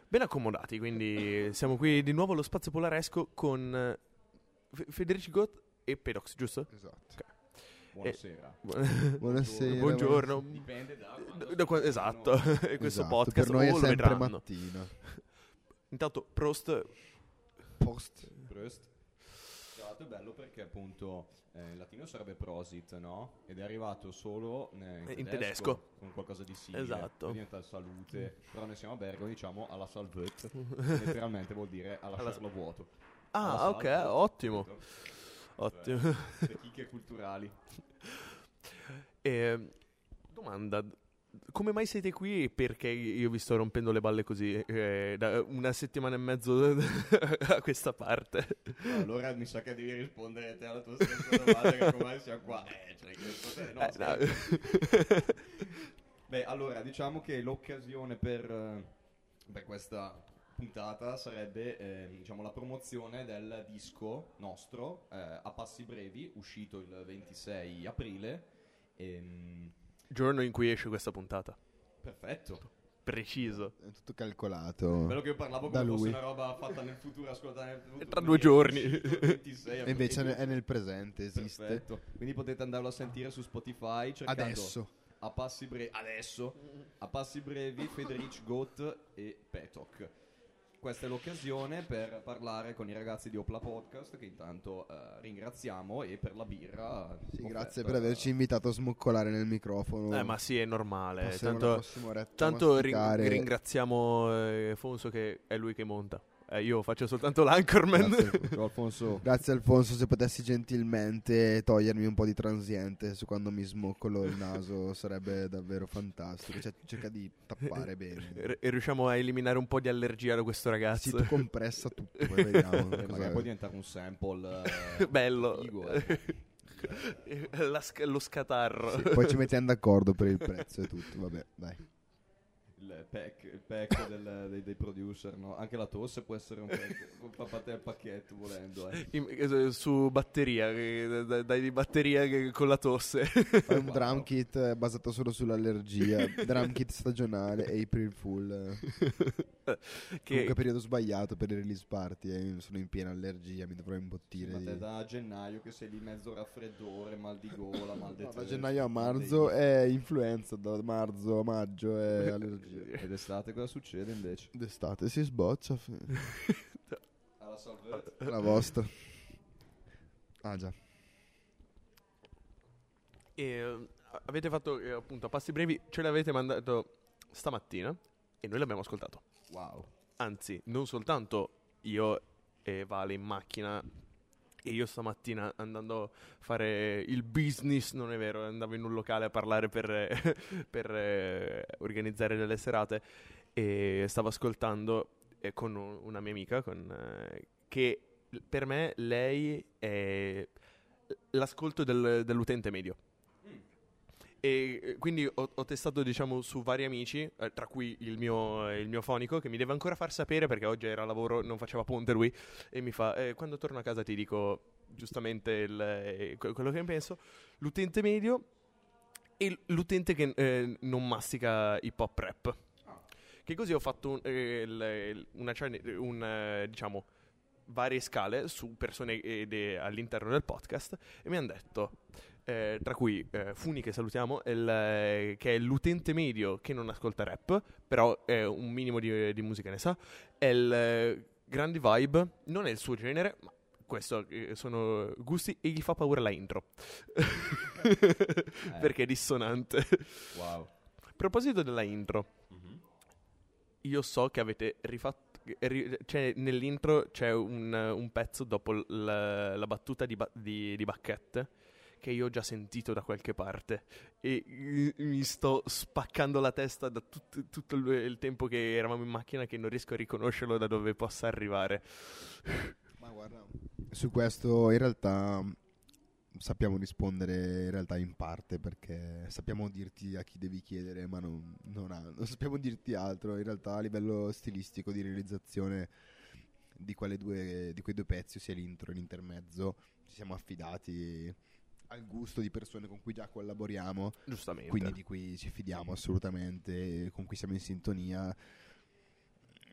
Ben accomodati, quindi siamo qui di nuovo allo Spazio Polaresco con Federici Gott e Pedox, giusto? Esatto. Okay. Buonasera. Buonasera. Buongiorno. Dipende Esatto, e questo Esatto, podcast per noi è lo sempre vedranno. mattina. Intanto, Prost. Post. Prost. Tra l'altro è bello perché appunto in latino sarebbe prosit, no? Ed è arrivato solo in tedesco con qualcosa di simile. Esatto. Poi diventa salute, però noi siamo a Bergamo, diciamo alla salvet, letteralmente vuol dire a lasciarlo vuoto. Ah, Alla ok, salvet, ottimo. capito? Ottimo. Le chicche culturali. Domanda, come mai siete qui e perché io vi sto rompendo le balle così da una settimana e mezzo a questa parte? No, allora mi sa che devi rispondere te alla tua stessa domanda, che come siamo qua. Cioè, che no, no. Beh, allora, diciamo che l'occasione per questa puntata sarebbe diciamo la promozione del disco nostro A Passi Brevi, uscito il 26 aprile. Giorno in cui esce questa puntata. Perfetto. Preciso. È tutto calcolato. Quello che io parlavo da come fosse lui. una roba fatta nel futuro, ascoltata nel futuro. Tra 2 giorni. Il 26 E invece è nel presente, esiste. Perfetto. Quindi potete andarlo a sentire su Spotify cercando Adesso. A Passi Brevi. Adesso A Passi Brevi, Federici Gott e Petok. Questa è l'occasione per parlare con i ragazzi di Opla Podcast, che intanto ringraziamo, e per la birra. Sì, offerta grazie per averci invitato a smoccolare nel microfono. Ma sì, è normale. Passeremo la Tanto, prossima oretta a tanto masticare. ringraziamo Fonso, che è lui che monta. Io faccio soltanto l'anchorman. Grazie, Alfonso. Grazie Alfonso, se potessi gentilmente togliermi un po' di transiente su quando mi smoccolo il naso sarebbe davvero fantastico. Cioè, cerca di tappare bene. E riusciamo a eliminare un po' di allergia da questo ragazzo. Sì, tu compressa tutto, poi vediamo. Magari può diventare un sample bello. figo, Lo scatarro. Sì, poi ci mettiamo d'accordo per il prezzo e tutto. Vabbè, dai. Il pack dei producer, no? Anche la tosse può essere un pack. Fate il pacchetto volendo. Su batteria, dai di batteria con la tosse. Fai un drum kit basato solo sull'allergia. Drum kit stagionale, April Fool. Comunque periodo sbagliato per i release party. Io sono in piena allergia, mi dovrò imbottire. Ma te da gennaio che sei lì mezzo raffreddore, mal di gola, mal di Da gennaio a marzo è influenza, da marzo a maggio è allergia. Ed estate cosa succede invece? D'estate si sboccia. Alla salvezza. La vostra. Ah già. E avete fatto appunto a Passi Brevi, ce l'avete mandato stamattina e noi l'abbiamo ascoltato. Wow. Anzi, non soltanto io e Vale in macchina, e io stamattina andando a fare il business, non è vero, andavo in un locale a parlare per organizzare delle serate, e stavo ascoltando con una mia amica che per me lei è l'ascolto dell'utente medio. E quindi ho testato, diciamo, su vari amici, tra cui il mio fonico, che mi deve ancora far sapere, perché oggi era a lavoro, non faceva ponte lui, e mi fa quando torno a casa ti dico giustamente quello che ne penso. L'utente medio e l'utente che non mastica hip hop rap. Che così ho fatto diciamo varie scale su persone all'interno del podcast, e mi hanno detto, tra cui Funi, che salutiamo, che è l'utente medio che non ascolta rap, però un minimo di musica ne sa, è il Grandi Vibe, non è il suo genere, ma questo sono gusti, e gli fa paura la intro perché è dissonante. Wow. A proposito della intro, io so che avete rifatto, cioè nell'intro c'è un pezzo dopo la battuta di Bacchette che io ho già sentito da qualche parte, e mi sto spaccando la testa da tutto il tempo che eravamo in macchina, che non riesco a riconoscerlo da dove possa arrivare. Ma guarda, su questo in realtà sappiamo rispondere in realtà in parte, perché sappiamo dirti a chi devi chiedere, ma non sappiamo dirti altro. In realtà a livello stilistico di realizzazione di quei due pezzi, sia l'intro e l'intermezzo, ci siamo affidati al gusto di persone con cui già collaboriamo, Giustamente. quindi di cui ci fidiamo assolutamente, con cui siamo in sintonia.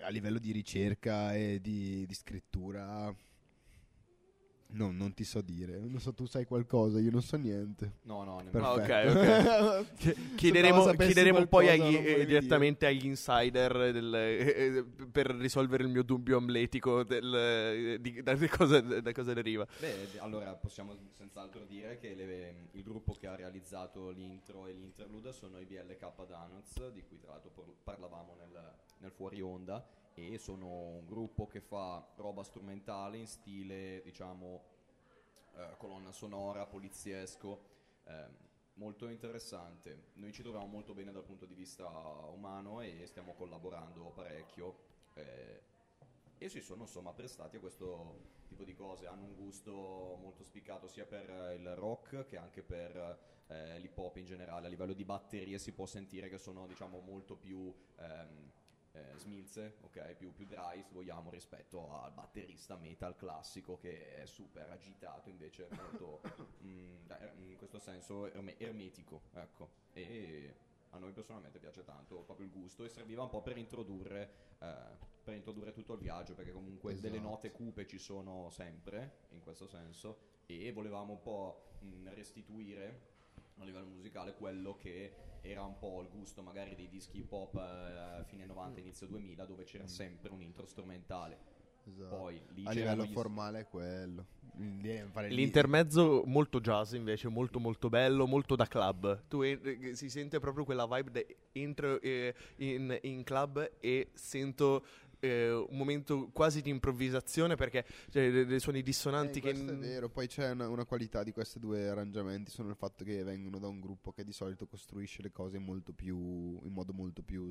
a livello di ricerca e di scrittura, non ti so dire. Non so, tu sai qualcosa, io non so niente. No, nemmeno. Perfetto. Ok. Chiederemo poi direttamente agli insider per risolvere il mio dubbio amletico da cosa deriva. Beh, allora possiamo senz'altro dire che il gruppo che ha realizzato l'intro e l'interlude sono i BLK Donuts, di cui tra l'altro parlavamo nel fuori onda, e sono un gruppo che fa roba strumentale in stile, diciamo, colonna sonora, poliziesco, molto interessante. Noi ci troviamo molto bene dal punto di vista umano e stiamo collaborando parecchio, e si sono insomma prestati a questo tipo di cose. Hanno un gusto molto spiccato sia per il rock che anche per l'hip hop in generale. A livello di batterie si può sentire che sono, diciamo, molto più smilze, ok, più dry se vogliamo, rispetto al batterista metal classico che è super agitato, invece molto in questo senso ermetico, ecco. E a noi personalmente piace tanto proprio il gusto, e serviva un po' per introdurre tutto il viaggio, perché comunque Esatto. delle note cupe ci sono sempre in questo senso, e volevamo un po' restituire a livello musicale quello che era un po' il gusto magari dei dischi hip hop fine 90 inizio 2000, dove c'era sempre un intro strumentale. Esatto. Poi lì a c'erano livello formale è quello. L'intermezzo molto jazz invece, molto molto bello, molto da club. Si sente proprio quella vibe, entro in club e sento un momento quasi di improvvisazione, perché dei suoni dissonanti che questo è vero. Poi c'è una qualità di questi due arrangiamenti, sono il fatto che vengono da un gruppo che di solito costruisce le cose in modo molto più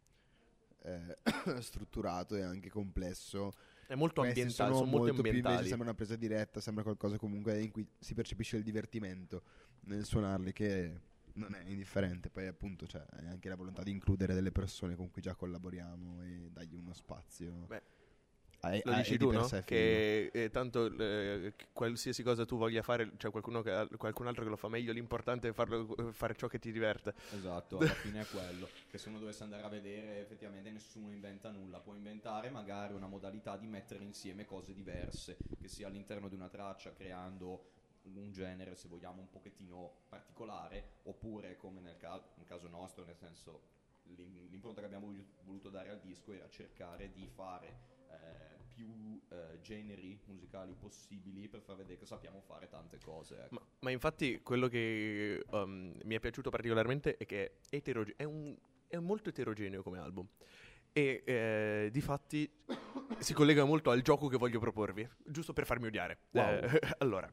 strutturato e anche complesso. è molto Questi ambientale, sono molto più, invece ambientali. sembra una presa diretta, sembra qualcosa comunque in cui si percepisce il divertimento nel suonarli, che non è indifferente. Poi appunto c'è anche la volontà di includere delle persone con cui già collaboriamo e dargli uno spazio. Beh, lo dici tu, no? Che tanto qualsiasi cosa tu voglia fare, c'è qualcun altro che lo fa meglio. L'importante è fare ciò che ti diverte. Esatto, alla fine è quello. Che se uno dovesse andare a vedere, effettivamente nessuno inventa nulla. Può inventare magari una modalità di mettere insieme cose diverse, che sia all'interno di una traccia, creando un genere, se vogliamo, un pochettino particolare, oppure come nel caso nostro, nel senso, l'impronta che abbiamo voluto dare al disco era cercare di fare più generi musicali possibili, per far vedere che sappiamo fare tante cose, ecco. Ma infatti quello che mi è piaciuto particolarmente è che è molto eterogeneo come album, e difatti si collega molto al gioco che voglio proporvi, giusto per farmi odiare. Wow. Allora,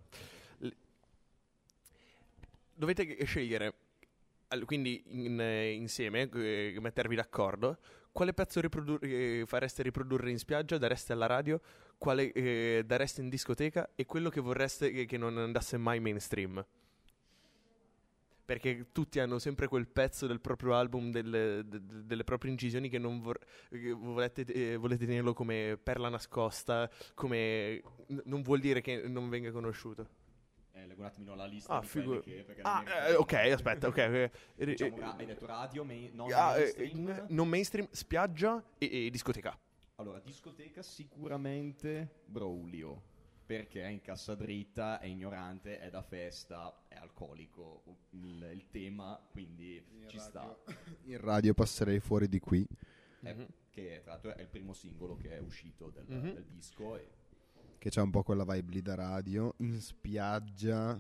dovete scegliere, quindi insieme, mettervi d'accordo quale pezzo fareste riprodurre in spiaggia, dareste alla radio, quale dareste in discoteca, e quello che vorreste che non andasse mai mainstream. Perché tutti hanno sempre quel pezzo del proprio album, delle proprie incisioni, che non volete tenerlo come perla nascosta, come non vuol dire che non venga conosciuto. Leggo un attimino la lista di quelli che... ok, aspetta, ok. Diciamo, hai detto radio, non mainstream? Non mainstream, spiaggia e discoteca. Allora, discoteca sicuramente Braulio, perché è in cassa dritta, è ignorante, è da festa, è alcolico, il tema, quindi sta. In radio passerei Fuori di qui. Che tra l'altro è il primo singolo che è uscito del disco, e che c'ha un po' quella vibe lì da radio. In spiaggia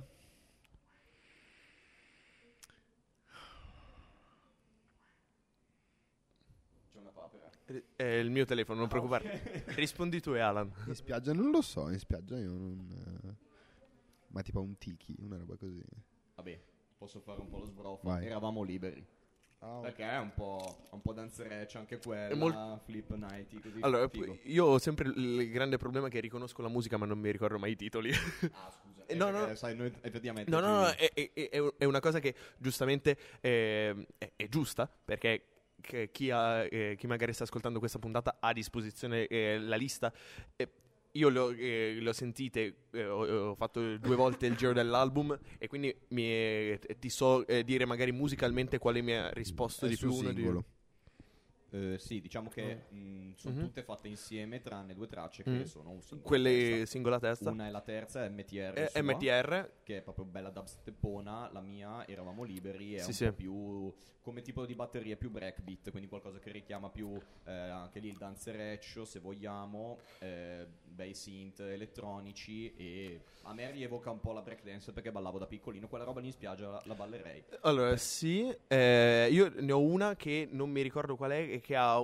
c'è una papera. È il mio telefono, non preoccuparti. Okay. Rispondi tu, Alan. in spiaggia non lo so, in spiaggia io non ma tipo un tiki, una roba così. Vabbè, posso fare un po' lo sbroffo. Vai. Eravamo liberi. Perché è un po' danzereccia anche quella, Flip 90, così. Allora, figo. io ho sempre il grande problema che riconosco la musica ma non mi ricordo mai i titoli. Ah, scusa. No. Sai, noi effettivamente... No, è una cosa che giustamente è giusta, perché chi magari sta ascoltando questa puntata ha a disposizione la lista. Io le ho sentite, ho fatto 2 volte il giro dell'album, e quindi ti so dire magari musicalmente quale mi ha risposto È di il suo più. singolo. Sì, diciamo che sono Mhm. tutte fatte insieme tranne 2 tracce che sono un singolo a Quelle testa. singola testa. Una è la terza, è MTR sua, MTR. che è proprio bella dubstepona. La mia, Eravamo liberi, è Sì, un sì. po' più come tipo di batterie, più breakbeat, quindi qualcosa che richiama più anche lì il danzereccio, se vogliamo, bei synth elettronici, e a me rievoca un po' la breakdance perché ballavo da piccolino, quella roba lì in spiaggia la ballerei. Allora, sì, io ne ho una che non mi ricordo qual è, e che ha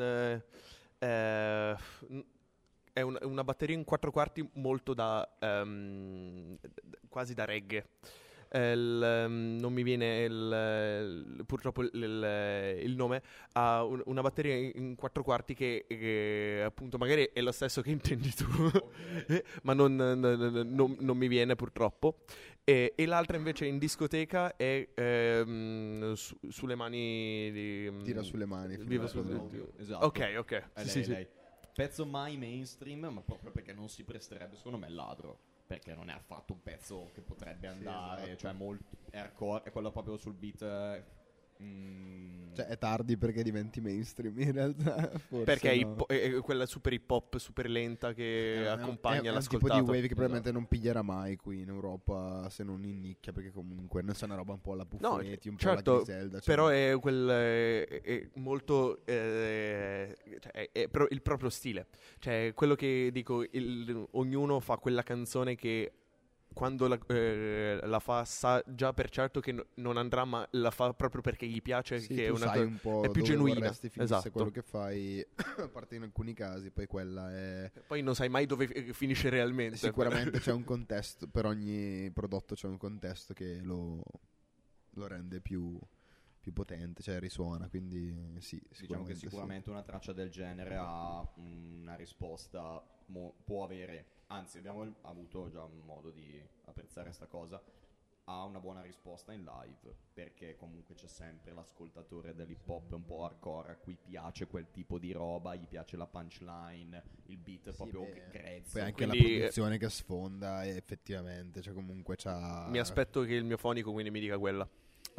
è una batteria in 4/4 molto da quasi da reggae. Non mi viene purtroppo il nome. Ha una batteria in 4/4 che appunto magari è lo stesso che intendi tu, ma non mi viene purtroppo. E l'altra invece in discoteca è sulle mani di... Tira sulle mani. Viva fino sul- alla Ovvio, esatto. Ok. È Sì, lei, sì. lei. Pezzo mai mainstream, ma proprio perché non si presterebbe, secondo me, al ladro. Perché non è affatto un pezzo che potrebbe andare, esatto. cioè molto hardcore, è quello proprio sul beat. Cioè è tardi perché diventi mainstream in realtà. Forse Perché no. è quella super hip hop, super lenta che accompagna è un tipo l'ascoltato. di wave che probabilmente non piglierà mai qui in Europa, se non in nicchia, perché comunque non è una roba un po' alla Puffetti, un po' certo, alla Griselda. Cioè, però è molto cioè, è il proprio stile. Cioè, quello che dico, ognuno fa quella canzone che quando la fa sa già per certo che non andrà, ma la fa proprio perché gli piace, sì, che è tu una sai un po' è più dove genuina. vorresti finisse Esatto. quello che fai, a parte in alcuni casi, poi quella è... Poi non sai mai dove finisce realmente. Sicuramente c'è un contesto, per ogni prodotto c'è un contesto che lo rende più potente, cioè risuona, quindi sì, Diciamo che sì. sicuramente una traccia del genere ha una risposta, può avere, anzi abbiamo avuto già un modo di apprezzare sta cosa, ha una buona risposta in live, perché comunque c'è sempre l'ascoltatore dell'hip hop un po' hardcore a cui piace quel tipo di roba, gli piace la punchline, il beat è proprio grezzo. Poi anche Quindi, la produzione che sfonda, e effettivamente, cioè comunque c'ha... mi aspetto che il mio fonico quindi mi dica quella.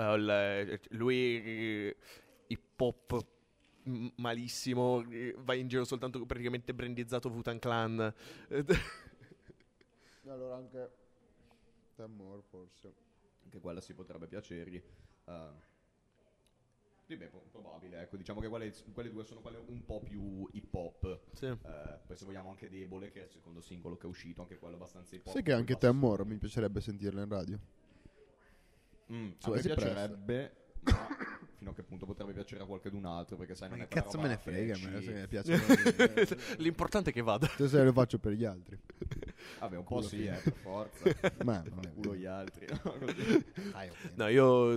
Lui hip hop malissimo, va in giro soltanto praticamente brandizzato Wu-Tang Clan. Allora anche Temor forse. Anche quella si potrebbe piacergli. Sì, beh, probabile, ecco, diciamo che quelle due sono quelle un po' più hip hop. Sì. Poi se vogliamo anche Debole, che è il secondo singolo che è uscito, anche quello abbastanza hip hop. Sai che anche Temor mi piacerebbe sentirla in radio. A Cioè, me si piacerebbe, ma fino a che punto potrebbe piacere a qualcun altro, perché sai, non Ma è che quella cazzo roba me ne frega, flashy. se mi piace. L'importante è che vada. Tu se lo faccio per gli altri. Vabbè, un Culo po' sì, che- per forza. Ma non è Culo gli altri. No, così. Dai, ok. No,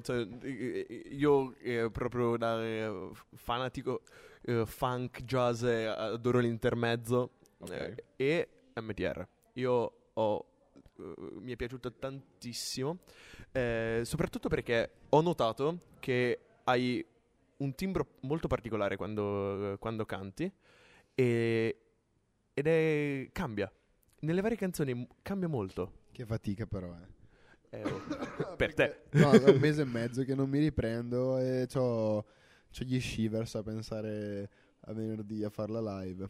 io proprio da fanatico funk, jazz, adoro l'intermezzo. Ok. E MTR. Mi è piaciuto tantissimo, soprattutto perché ho notato che hai un timbro molto particolare quando canti, cambia. Nelle varie canzoni cambia molto. Che fatica però, Per te. No, è un mese e mezzo che non mi riprendo e c'ho gli shivers a pensare a venerdì a fare la live.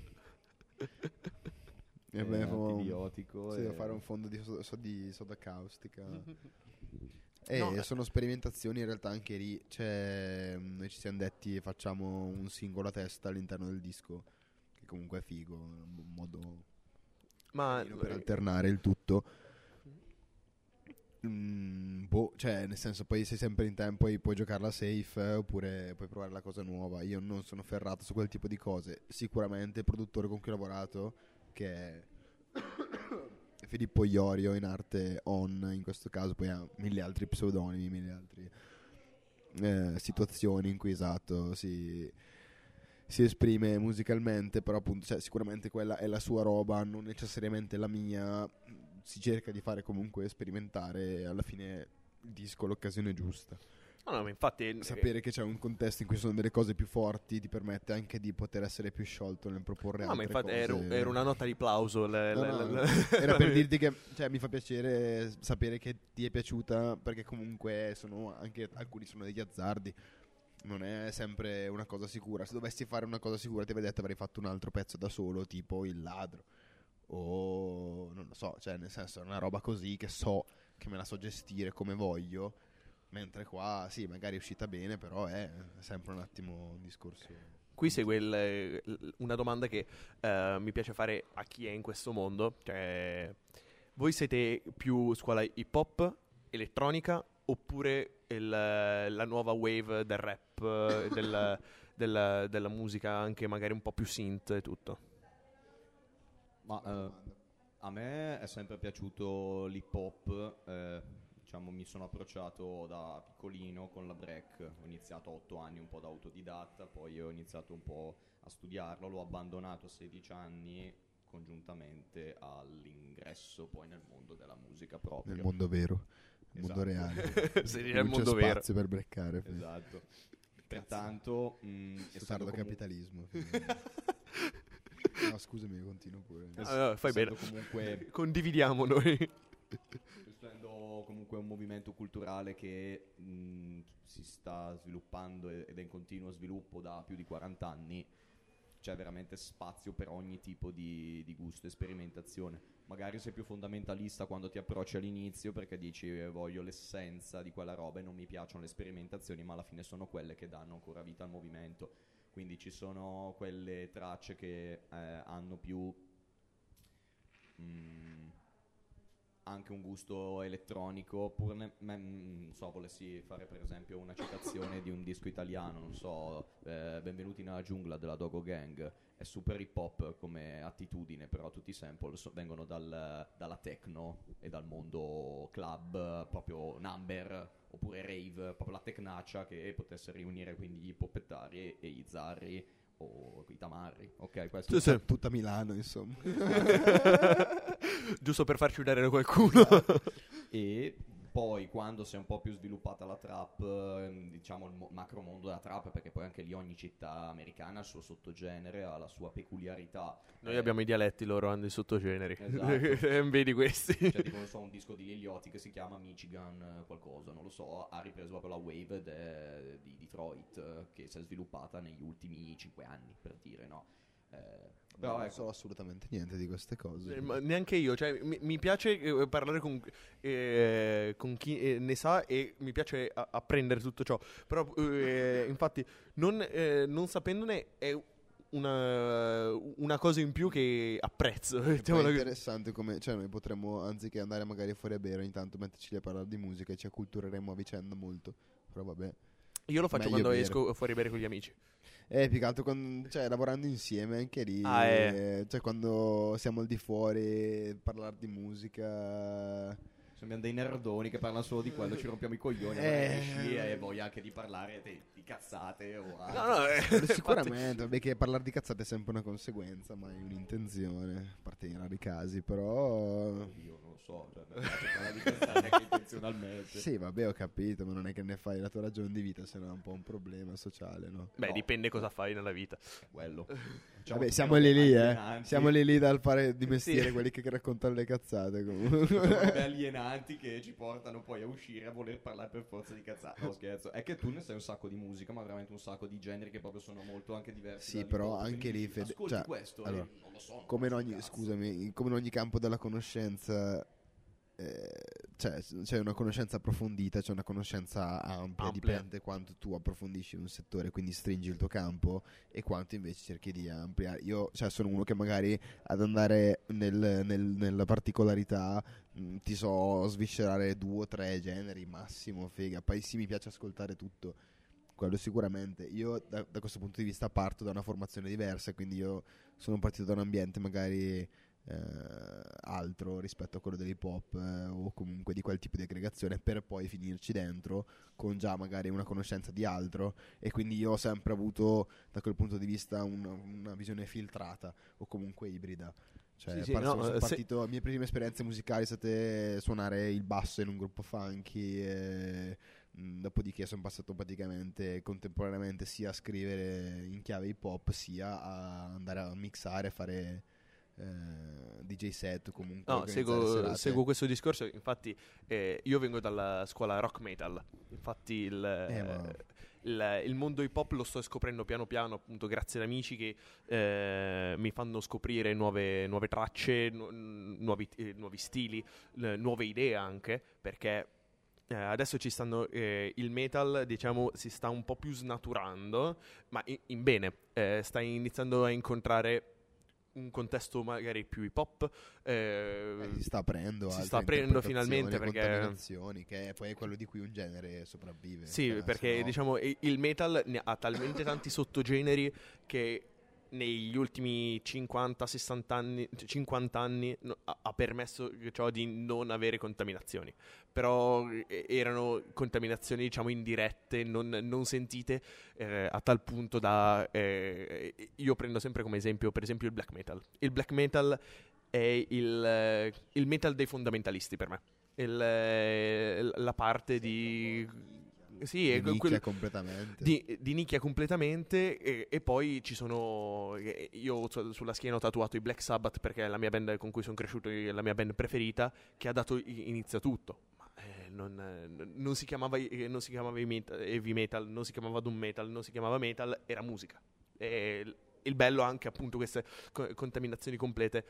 E beh, Antibiotico. sì, e... devo fare un fondo di soda caustica. E No, sono sperimentazioni in realtà anche lì. Cioè, noi ci siamo detti facciamo un singolo a testa all'interno del disco, che comunque è figo, un modo ma carino per alternare il tutto. Cioè, nel senso, poi sei sempre in tempo e puoi giocarla safe, oppure puoi provare la cosa nuova. Io non sono ferrato su quel tipo di cose. Sicuramente il produttore con cui ho lavorato, che è Filippo Iorio, in arte On in questo caso, poi ha mille altri pseudonimi, mille altre situazioni in cui esatto si esprime musicalmente, però appunto cioè, sicuramente quella è la sua roba, non necessariamente la mia. Si cerca di fare comunque sperimentare, e alla fine il disco l'occasione giusta. no, ma infatti Sapere che c'è un contesto in cui sono delle cose più forti ti permette anche di poter essere più sciolto nel proporre no, ma altre infatti cose. era una nota di plauso. No, era per dirti che cioè, mi fa piacere sapere che ti è piaciuta, perché comunque sono anche alcuni sono degli azzardi. non è sempre una cosa sicura. Se dovessi fare una cosa sicura, ti avrei detto, avrei fatto un altro pezzo da solo, tipo Il ladro, o non lo so, cioè nel senso è una roba così che so che me la so gestire come voglio, mentre qua sì, magari è uscita bene, però è sempre un attimo un discorso. Qui segue una domanda che mi piace fare a chi è in questo mondo. Cioè, voi siete più scuola hip hop, elettronica, oppure la nuova wave del rap, della musica anche magari un po' più synth e tutto? Ma a me è sempre piaciuto l'hip hop, diciamo mi sono approcciato da piccolino con la break, ho iniziato a 8 anni un po' da autodidatta, poi ho iniziato un po' a studiarlo, l'ho abbandonato a 16 anni congiuntamente all'ingresso poi nel mondo della musica proprio. Nel mondo vero, nel mondo Esatto. reale. Sì, Non nel mondo c'è vero. spazio per breccare. Esatto. Pertanto, Tardo capitalismo. No, scusami, continuo pure. Fai bene. Comunque Condividiamo noi. essendo comunque un movimento culturale che si sta sviluppando ed è in continuo sviluppo da più di 40 anni, c'è veramente spazio per ogni tipo di gusto e sperimentazione. Magari sei più fondamentalista quando ti approcci all'inizio perché dici voglio l'essenza di quella roba e non mi piacciono le sperimentazioni, ma alla fine sono quelle che danno ancora vita al movimento. Quindi ci sono quelle tracce che hanno più anche un gusto elettronico, oppure non so, volessi fare per esempio una citazione di un disco italiano, non so, Benvenuti nella giungla della Dogo Gang, è super hip hop come attitudine, però tutti i sample vengono dalla techno e dal mondo club, proprio number, oppure rave, proprio la tecnaccia che potesse riunire quindi gli hip hoppettari e gli zarri o i tamarri, ok? Questo Sì, sì. Tutta Milano, insomma. Giusto per farci udare qualcuno. E poi quando si è un po' più sviluppata la trap, diciamo il macro mondo della trap, perché poi anche lì ogni città americana ha il suo sottogenere, ha la sua peculiarità. Noi abbiamo i dialetti, loro hanno i sottogeneri. Esatto. Vedi questi. Cioè tipo non so, un disco di Liliotti che si chiama Michigan qualcosa, non lo so, ha ripreso proprio la wave di Detroit, che si è sviluppata negli ultimi 5 anni, per dire, no? Però non ecco, so assolutamente niente di queste cose. Ma neanche io, cioè mi piace parlare con chi ne sa, e mi piace apprendere tutto ciò. Però infatti non sapendone è una cosa in più che apprezzo. Poi Mettiamola è così. interessante come, cioè noi potremmo, anziché andare magari fuori a bere, ogni tanto metterci lì a parlare di musica e ci accultureremo a vicenda molto. Però vabbè. Io lo faccio Meglio quando bere. esco fuori a bere con gli amici. Più che altro cioè, lavorando insieme anche lì. Ah, Cioè quando siamo al di fuori, parlare di musica. sembriamo dei nerdoni che parlano solo di quello, ci rompiamo i coglioni, esci e voglia anche di parlare di cazzate o No, Sicuramente, vabbè, che parlare di cazzate è sempre una conseguenza, ma è un'intenzione, a parte in rari casi, però. io non lo so, cioè, mi piace parlare di cazzate anche intenzionalmente. Sì, vabbè, ho capito, ma non è che ne fai la tua ragione di vita, se no è un po' un problema sociale, no? Beh, No. dipende cosa fai nella vita. Quello. Vabbè, siamo lì lì, alienanti. Siamo lì dal fare di Sì. mestiere quelli che raccontano le cazzate, comunque. robe alienanti che ci portano poi a uscire a voler parlare per forza di cazzate. No, scherzo. È che tu ne sai un sacco di musica, ma veramente un sacco di generi che proprio sono molto anche diversi. Sì, dall'hip però hop, anche quindi lì, dici, ascolti cioè, questo allora, e non lo so. non come in faccio ogni, cazzo. scusami, come in ogni campo della conoscenza, c'è una conoscenza approfondita, c'è una conoscenza ampia, dipende quanto tu approfondisci in un settore, quindi stringi il tuo campo e quanto invece cerchi di ampliare. Io, cioè, sono uno che magari ad andare nella particolarità ti so sviscerare 2 o 3 generi massimo, figa. Poi sì, mi piace ascoltare tutto, quello sicuramente. Io da questo punto di vista parto da una formazione diversa, quindi io sono partito da un ambiente magari altro rispetto a quello dell'hip hop, o comunque di quel tipo di aggregazione, per poi finirci dentro con già magari una conoscenza di altro, e quindi io ho sempre avuto da quel punto di vista una visione filtrata o comunque ibrida. Cioè, Sì, sì, no, sono partito, le mie prime esperienze musicali sono state suonare il basso in un gruppo funky, e dopodiché sono passato praticamente contemporaneamente sia a scrivere in chiave hip hop sia a andare a mixare, a fare DJ set o comunque No, organizzare serate. seguo questo discorso. Infatti, io vengo dalla scuola rock metal. Infatti, il mondo hip hop lo sto scoprendo piano piano, appunto, grazie ad amici che mi fanno scoprire nuove tracce, nuovi stili, nuove idee anche, perché adesso ci stanno il metal, diciamo, si sta un po' più snaturando, ma in bene, sta iniziando a incontrare un contesto magari più hip hop, si sta aprendo finalmente, perché contaminazioni, che poi è quello di cui un genere sopravvive. sì, perché sennò... diciamo il metal ha talmente tanti sottogeneri che negli ultimi 50 anni ha permesso ciò di non avere contaminazioni. Però erano contaminazioni, diciamo, indirette, non sentite, a tal punto da... io prendo sempre come esempio, per esempio, il black metal. Il black metal è il metal dei fondamentalisti per me. La parte di... Sì, di nicchia completamente. Di nicchia completamente, e poi ci sono... Io sulla schiena ho tatuato i Black Sabbath perché è la mia band con cui sono cresciuto, è la mia band preferita, che ha dato inizio a tutto. Ma non si chiamava heavy metal, non si chiamava doom metal, non si chiamava metal, era musica. E il bello anche, appunto, queste contaminazioni complete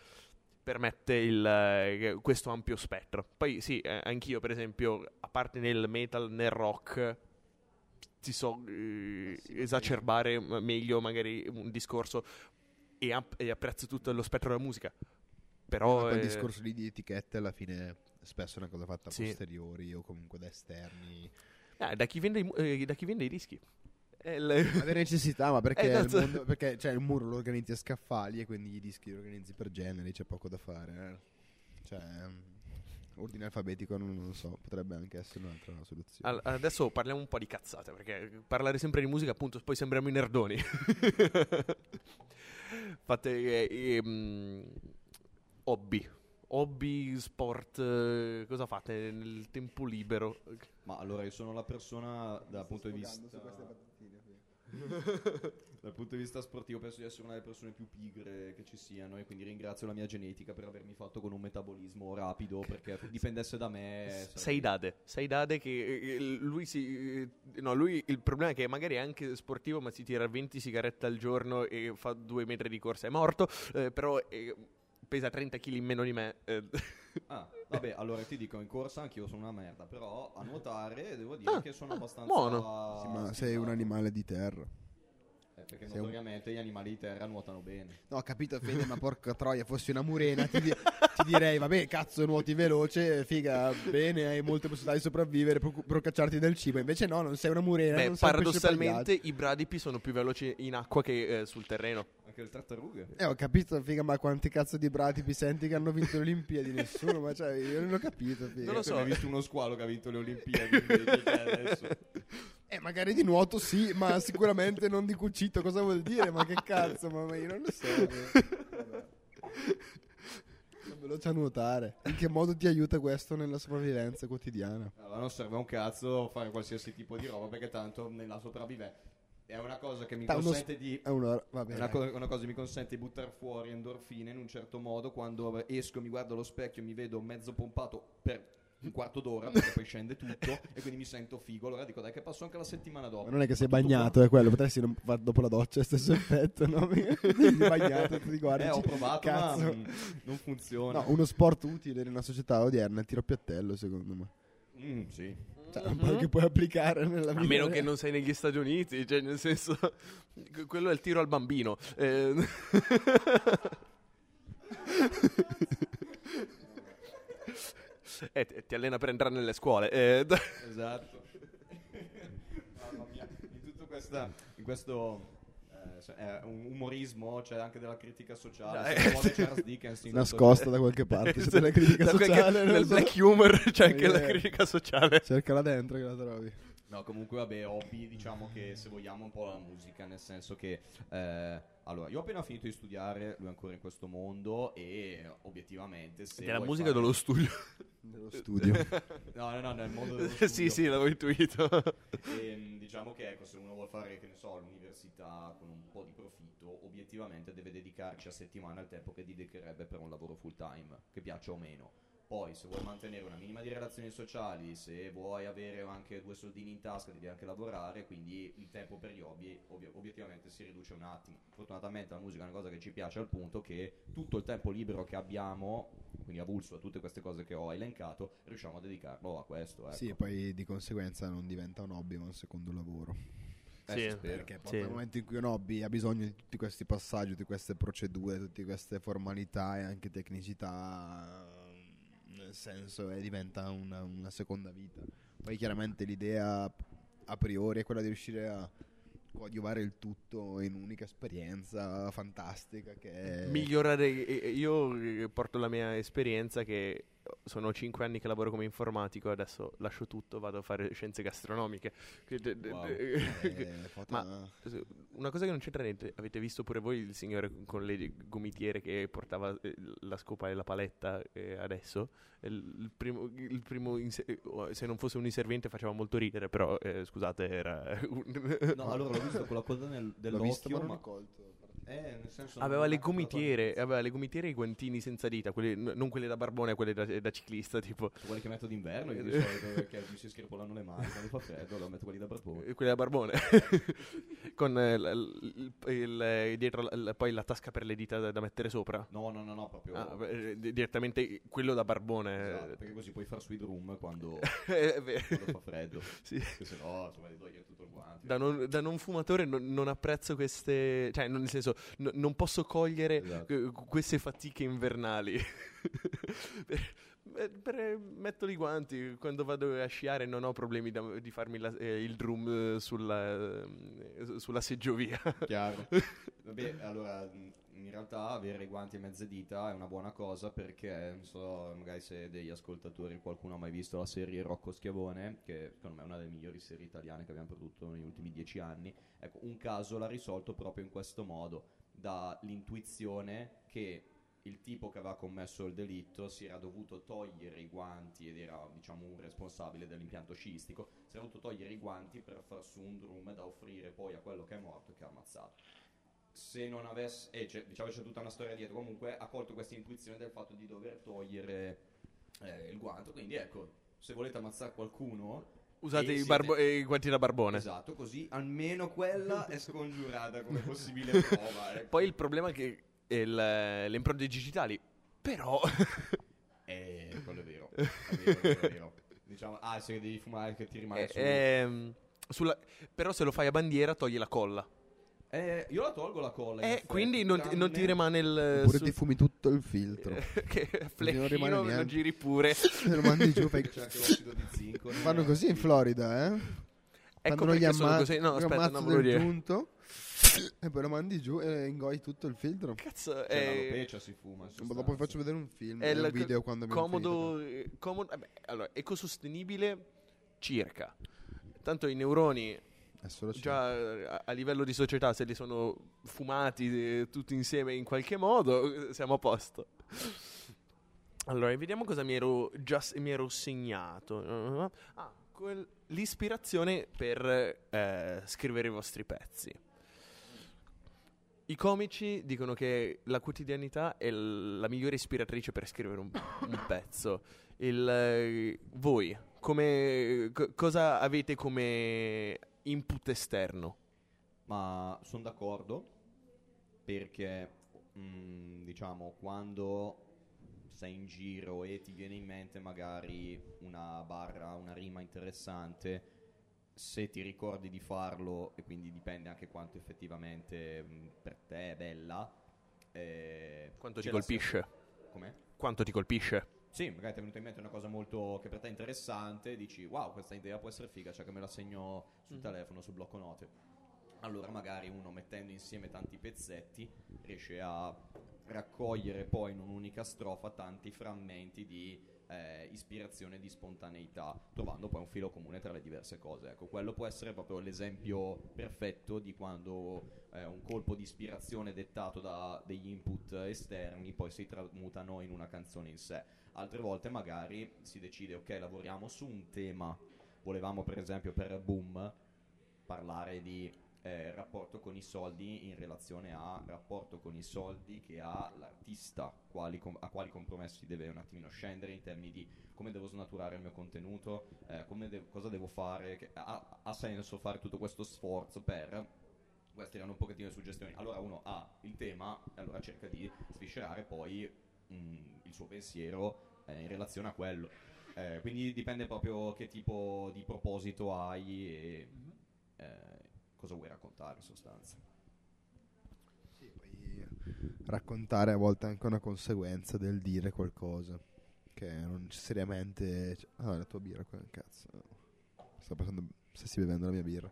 permette questo ampio spettro. Poi sì, anch'io per esempio, a parte nel metal, nel rock, ti so esacerbare meglio magari un discorso e apprezzo tutto lo spettro della musica. Però quel discorso lì di etichette alla fine spesso è una cosa fatta a sì, posteriori o comunque da esterni. Da chi vende i dischi. Avere necessità, ma perché esatto. il mondo, perché cioè, il muro lo organizzi a scaffali e quindi i dischi li organizzi per generi, c'è poco da fare. Cioè, ordine alfabetico non lo so, potrebbe anche essere un'altra soluzione. Adesso parliamo un po' di cazzate, perché parlare sempre di musica, appunto, poi sembriamo i nerdoni. Fate hobby, sport, cosa fate nel tempo libero? Ma allora io sono la persona dal punto di vista dal punto di vista sportivo penso di essere una delle persone più pigre che ci siano, e quindi ringrazio la mia genetica per avermi fatto con un metabolismo rapido, perché dipendesse da me sei dade che lui il problema è che magari è anche sportivo, ma si tira 20 sigarette al giorno e fa 2 metri di corsa, è morto, però pesa 30 kg in meno di me. Vabbè, allora ti dico, in corsa anch'io sono una merda, però a nuotare devo dire che sono abbastanza buono. Sì, ma sei un animale di terra. Perché notoriamente gli animali di terra nuotano bene. No, ho capito, Fede, ma porca troia, fossi una murena ti direi, vabbè, cazzo, nuoti veloce, figa, bene, hai molte possibilità di sopravvivere, procacciarti del cibo. Invece no, non sei una murena. Beh, non sei paradossalmente i bradipi sono più veloci in acqua che sul terreno. Anche le tartarughe. Ho capito, figa, ma quanti cazzo di bradipi senti che hanno vinto le Olimpiadi? Nessuno, ma cioè, io non ho capito, figa. Non lo so. Hai visto uno squalo che ha vinto le Olimpiadi? Quindi, adesso... magari di nuoto sì, ma sicuramente non di cucito. Cosa vuol dire? Ma che cazzo, ma io non lo so. Sono veloce a nuotare. In che modo ti aiuta questo nella sopravvivenza quotidiana? Allora non serve un cazzo fare qualsiasi tipo di roba, perché tanto nella sopravvivenza è una cosa che mi consente di una cosa che mi consente di buttare fuori endorfine in un certo modo. Quando esco, mi guardo allo specchio, mi vedo mezzo pompato per un quarto d'ora, perché poi scende tutto e quindi mi sento figo. Allora dico, dai, che passo anche la settimana dopo. Ma non è che sei bagnato, è quello. Potresti non fare dopo la doccia stesso effetto, no? Sei bagnato, ti guardi. Ho provato, cazzo, ma non funziona. No, uno sport utile nella società odierna è il tiro a piattello, secondo me. Sì. Cioè, che puoi applicare nella vita. A meno che non sei negli Stati Uniti, cioè, nel senso, quello è il tiro al bambino. Ti allena per entrare nelle scuole. Esatto. Mamma mia. In questo un umorismo, c'è anche della critica sociale. Charles Dickens nascosta da qualche parte, c'è della critica sociale. Nel black humor c'è anche la critica sociale. Cercala dentro che la trovi. No, comunque vabbè, hobby, diciamo che se vogliamo un po' la musica, nel senso che allora, io ho appena finito di studiare, lui è ancora in questo mondo e obiettivamente se Della vuoi musica fare- dello studio. Nello studio. No, nel mondo dello studio. Sì, l'avevo intuito. E, diciamo che ecco, se uno vuole fare, che ne so, l'università con un po' di profitto, obiettivamente deve dedicarci a settimana il tempo che dedicherebbe per un lavoro full time, che piaccia o meno. Poi se vuoi mantenere una minima di relazioni sociali, se vuoi avere anche 2 soldini in tasca, devi anche lavorare, quindi il tempo per gli hobby obiettivamente si riduce un attimo. Fortunatamente la musica è una cosa che ci piace al punto che tutto il tempo libero che abbiamo, quindi avulso a tutte queste cose che ho elencato, riusciamo a dedicarlo a questo. Ecco. Sì, e poi di conseguenza non diventa un hobby ma un secondo lavoro. Sì, si spera. Perché poi Sì. nel momento in cui un hobby ha bisogno di tutti questi passaggi, tutte queste procedure, tutte queste formalità e anche tecnicità, nel senso diventa una seconda vita. Poi chiaramente l'idea a priori è quella di riuscire a coadiuvare il tutto in un'unica esperienza fantastica che è... Migliorare, io porto la mia esperienza che sono 5 anni che lavoro come informatico, adesso lascio tutto, vado a fare scienze gastronomiche. Wow. Ma una cosa che non c'entra niente, avete visto pure voi il signore con le gomitiere che portava la scopa e la paletta adesso? Il primo se non fosse un inserviente faceva molto ridere, però scusate, era No, allora l'ho visto con la coda L'ho visto dell'occhio, ma non ma ho colto. nel senso aveva non le ha comprato gomitiere e i guantini senza dita, non quelle da barbone, quelle da ciclista, tipo quelli che metto d'inverno io di solito perché mi si scrippolano le mani quando fa freddo, allora metto quelli da barbone. quelle da barbone con dietro poi la tasca per le dita da mettere sopra. No, proprio Direttamente quello da barbone. esatto, perché così puoi far sweet room quando Beh, fa freddo. sì. Perché se no insomma devi togliere tutto il guanto. Da non fumatore non apprezzo queste, cioè nel senso non posso cogliere Esatto. queste fatiche invernali. Metto i guanti quando vado a sciare, non ho problemi di farmi il drum sulla seggiovia. Chiaro. Vabbè, allora in realtà avere i guanti e mezze dita è una buona cosa perché non so, magari se degli ascoltatori qualcuno ha mai visto la serie Rocco Schiavone, che secondo me è una delle migliori serie italiane che abbiamo prodotto negli ultimi 10 anni. Ecco, un caso l'ha risolto proprio in questo modo, dall'intuizione che il tipo che aveva commesso il delitto si era dovuto togliere i guanti ed era, diciamo, un responsabile dell'impianto sciistico, si era dovuto togliere i guanti per far su un drum da offrire poi a quello che è morto e che ha ammazzato. Se non avesse, diciamo c'è tutta una storia dietro, comunque ha colto questa intuizione del fatto di dover togliere il guanto, quindi ecco, se volete ammazzare qualcuno Usate e i guanti da barbone. esatto, così almeno quella è scongiurata come possibile prova. Ecco. Poi il problema è che le impronte digitali, però Quello è vero, è vero. Diciamo, se devi fumare che ti rimane su. però se lo fai a bandiera togli la colla. Io la tolgo la colla. in effetti, Quindi non ti tranne- rimane il Oppure ti fumi tutto il filtro. che non fleccino, rimane lo niente. giri pure. Se lo mandi giù fai... C'è anche l'ossido di zinco. Fanno così in Florida, eh? Ecco Fanno perché sono così. No, gli aspetta, ammazzo non volevo del dire. giunto e poi lo mandi giù e ingoi tutto il filtro. Cazzo, Cioè, l'alopecia si fuma. in sostanza. Dopo vi faccio vedere un film, è un video quando abbiamo comodo, allora, ecosostenibile circa. Tanto i neuroni È solo già a livello di società, se li sono fumati tutti insieme in qualche modo, siamo a posto. Allora, vediamo cosa mi ero segnato. L'ispirazione per scrivere i vostri pezzi. I comici dicono che la quotidianità è la migliore ispiratrice per scrivere un pezzo. Voi, cosa avete come input esterno? Ma sono d'accordo perché, diciamo, quando sei in giro e ti viene in mente magari una barra, una rima interessante, se ti ricordi di farlo, e quindi dipende anche quanto effettivamente per te è bella, Quanto ti ce la colpisce? Com'è? Quanto ti colpisce? Sì, magari ti è venuta in mente una cosa molto che per te è interessante, dici wow, questa idea può essere figa, cioè che me la segno sul telefono, sul blocco note. Allora magari uno mettendo insieme tanti pezzetti riesce a raccogliere poi in un'unica strofa tanti frammenti di ispirazione e di spontaneità, trovando poi un filo comune tra le diverse cose. Ecco, quello può essere proprio l'esempio perfetto di quando un colpo di ispirazione dettato da degli input esterni poi si tramutano in una canzone in sé. Altre volte magari si decide, ok, lavoriamo su un tema. Volevamo per esempio per Boom parlare di rapporto con i soldi in relazione a rapporto con i soldi che ha l'artista, a quali compromessi deve un attimino scendere in termini di come devo snaturare il mio contenuto, cosa devo fare, che ha senso fare tutto questo sforzo per... Queste erano un pochettino le suggestioni. Allora uno ha il tema e allora cerca di sviscerare poi il suo pensiero in relazione a quello. Quindi dipende proprio che tipo di proposito hai e cosa vuoi raccontare in sostanza. Sì, poi raccontare a volte è anche una conseguenza del dire qualcosa, che non necessariamente... Ah, la tua birra qua, cazzo. Sto pensando, stessi bevendo la mia birra.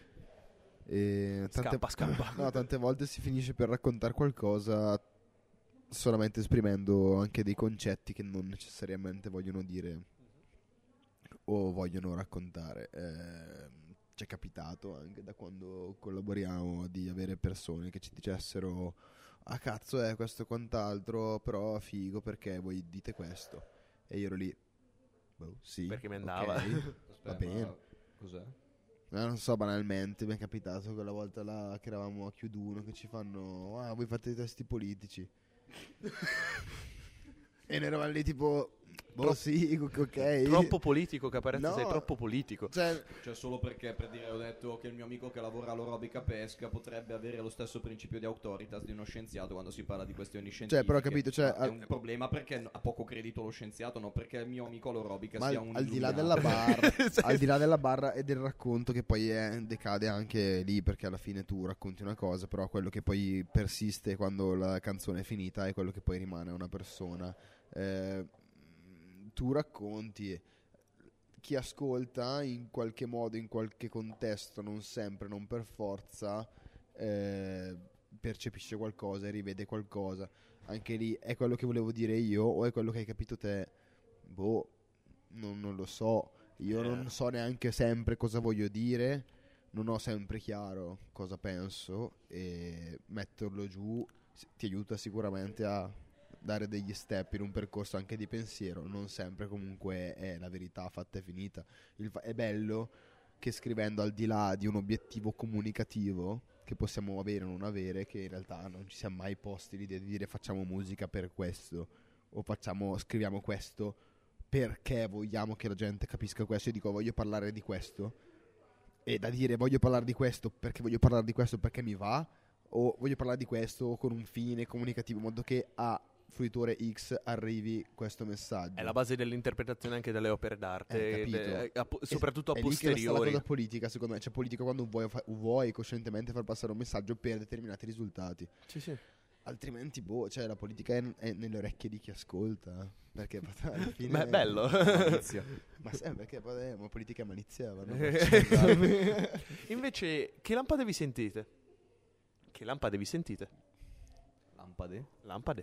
E Scappa. No, tante volte si finisce per raccontare qualcosa solamente esprimendo anche dei concetti che non necessariamente vogliono dire o vogliono raccontare. Ci è capitato anche da quando collaboriamo di avere persone che ci dicessero: ah cazzo, è questo e quant'altro, però figo perché voi dite questo. E io ero lì, boh, sì, Perché mi andava. ok, va bene. Cos'è? Non so, banalmente mi è capitato quella volta là che eravamo a Chiuduno che ci fanno: ah, voi fate i testi politici. E noi eravamo lì tipo: boh, sì, ok. Troppo politico, Caparezza, No, sei troppo politico. Cioè, Solo perché per dire ho detto che il mio amico che lavora all'Orobica Pesca potrebbe avere lo stesso principio di autoritas di uno scienziato quando si parla di questioni scientifiche. però ho capito, cioè, Ma è un problema perché ha poco credito lo scienziato, non perché il mio amico all'Orobica ma sia un al di là illuminato. della barra, al di là della barra e del racconto che poi decade anche lì, perché alla fine tu racconti una cosa, però quello che poi persiste quando la canzone è finita è quello che poi rimane a una persona. Tu racconti, chi ascolta in qualche modo, in qualche contesto, non sempre, non per forza, percepisce qualcosa e rivede qualcosa. Anche lì è quello che volevo dire io o è quello che hai capito te? Boh, non lo so. Io non so neanche sempre cosa voglio dire, non ho sempre chiaro cosa penso, e metterlo giù ti aiuta sicuramente a dare degli step in un percorso anche di pensiero. Non sempre comunque è la verità fatta e finita. È bello che scrivendo, al di là di un obiettivo comunicativo che possiamo avere o non avere, che in realtà non ci siamo mai posti l'idea di dire facciamo musica per questo o scriviamo questo perché vogliamo che la gente capisca questo. Io dico voglio parlare di questo, e da dire voglio parlare di questo perché mi va, o voglio parlare di questo con un fine comunicativo in modo che a fruitore X arrivi questo messaggio. È la base dell'interpretazione anche delle opere d'arte, soprattutto a è lì che sta la posteriori. cosa politica, secondo me. C'è politica quando vuoi coscientemente far passare un messaggio per determinati risultati. Sì. Altrimenti, cioè la politica è nelle orecchie di chi ascolta. Perché alla fine Ma è bello. Ma perché poi la politica è malizia. Invece, che lampade vi sentite? Lampade.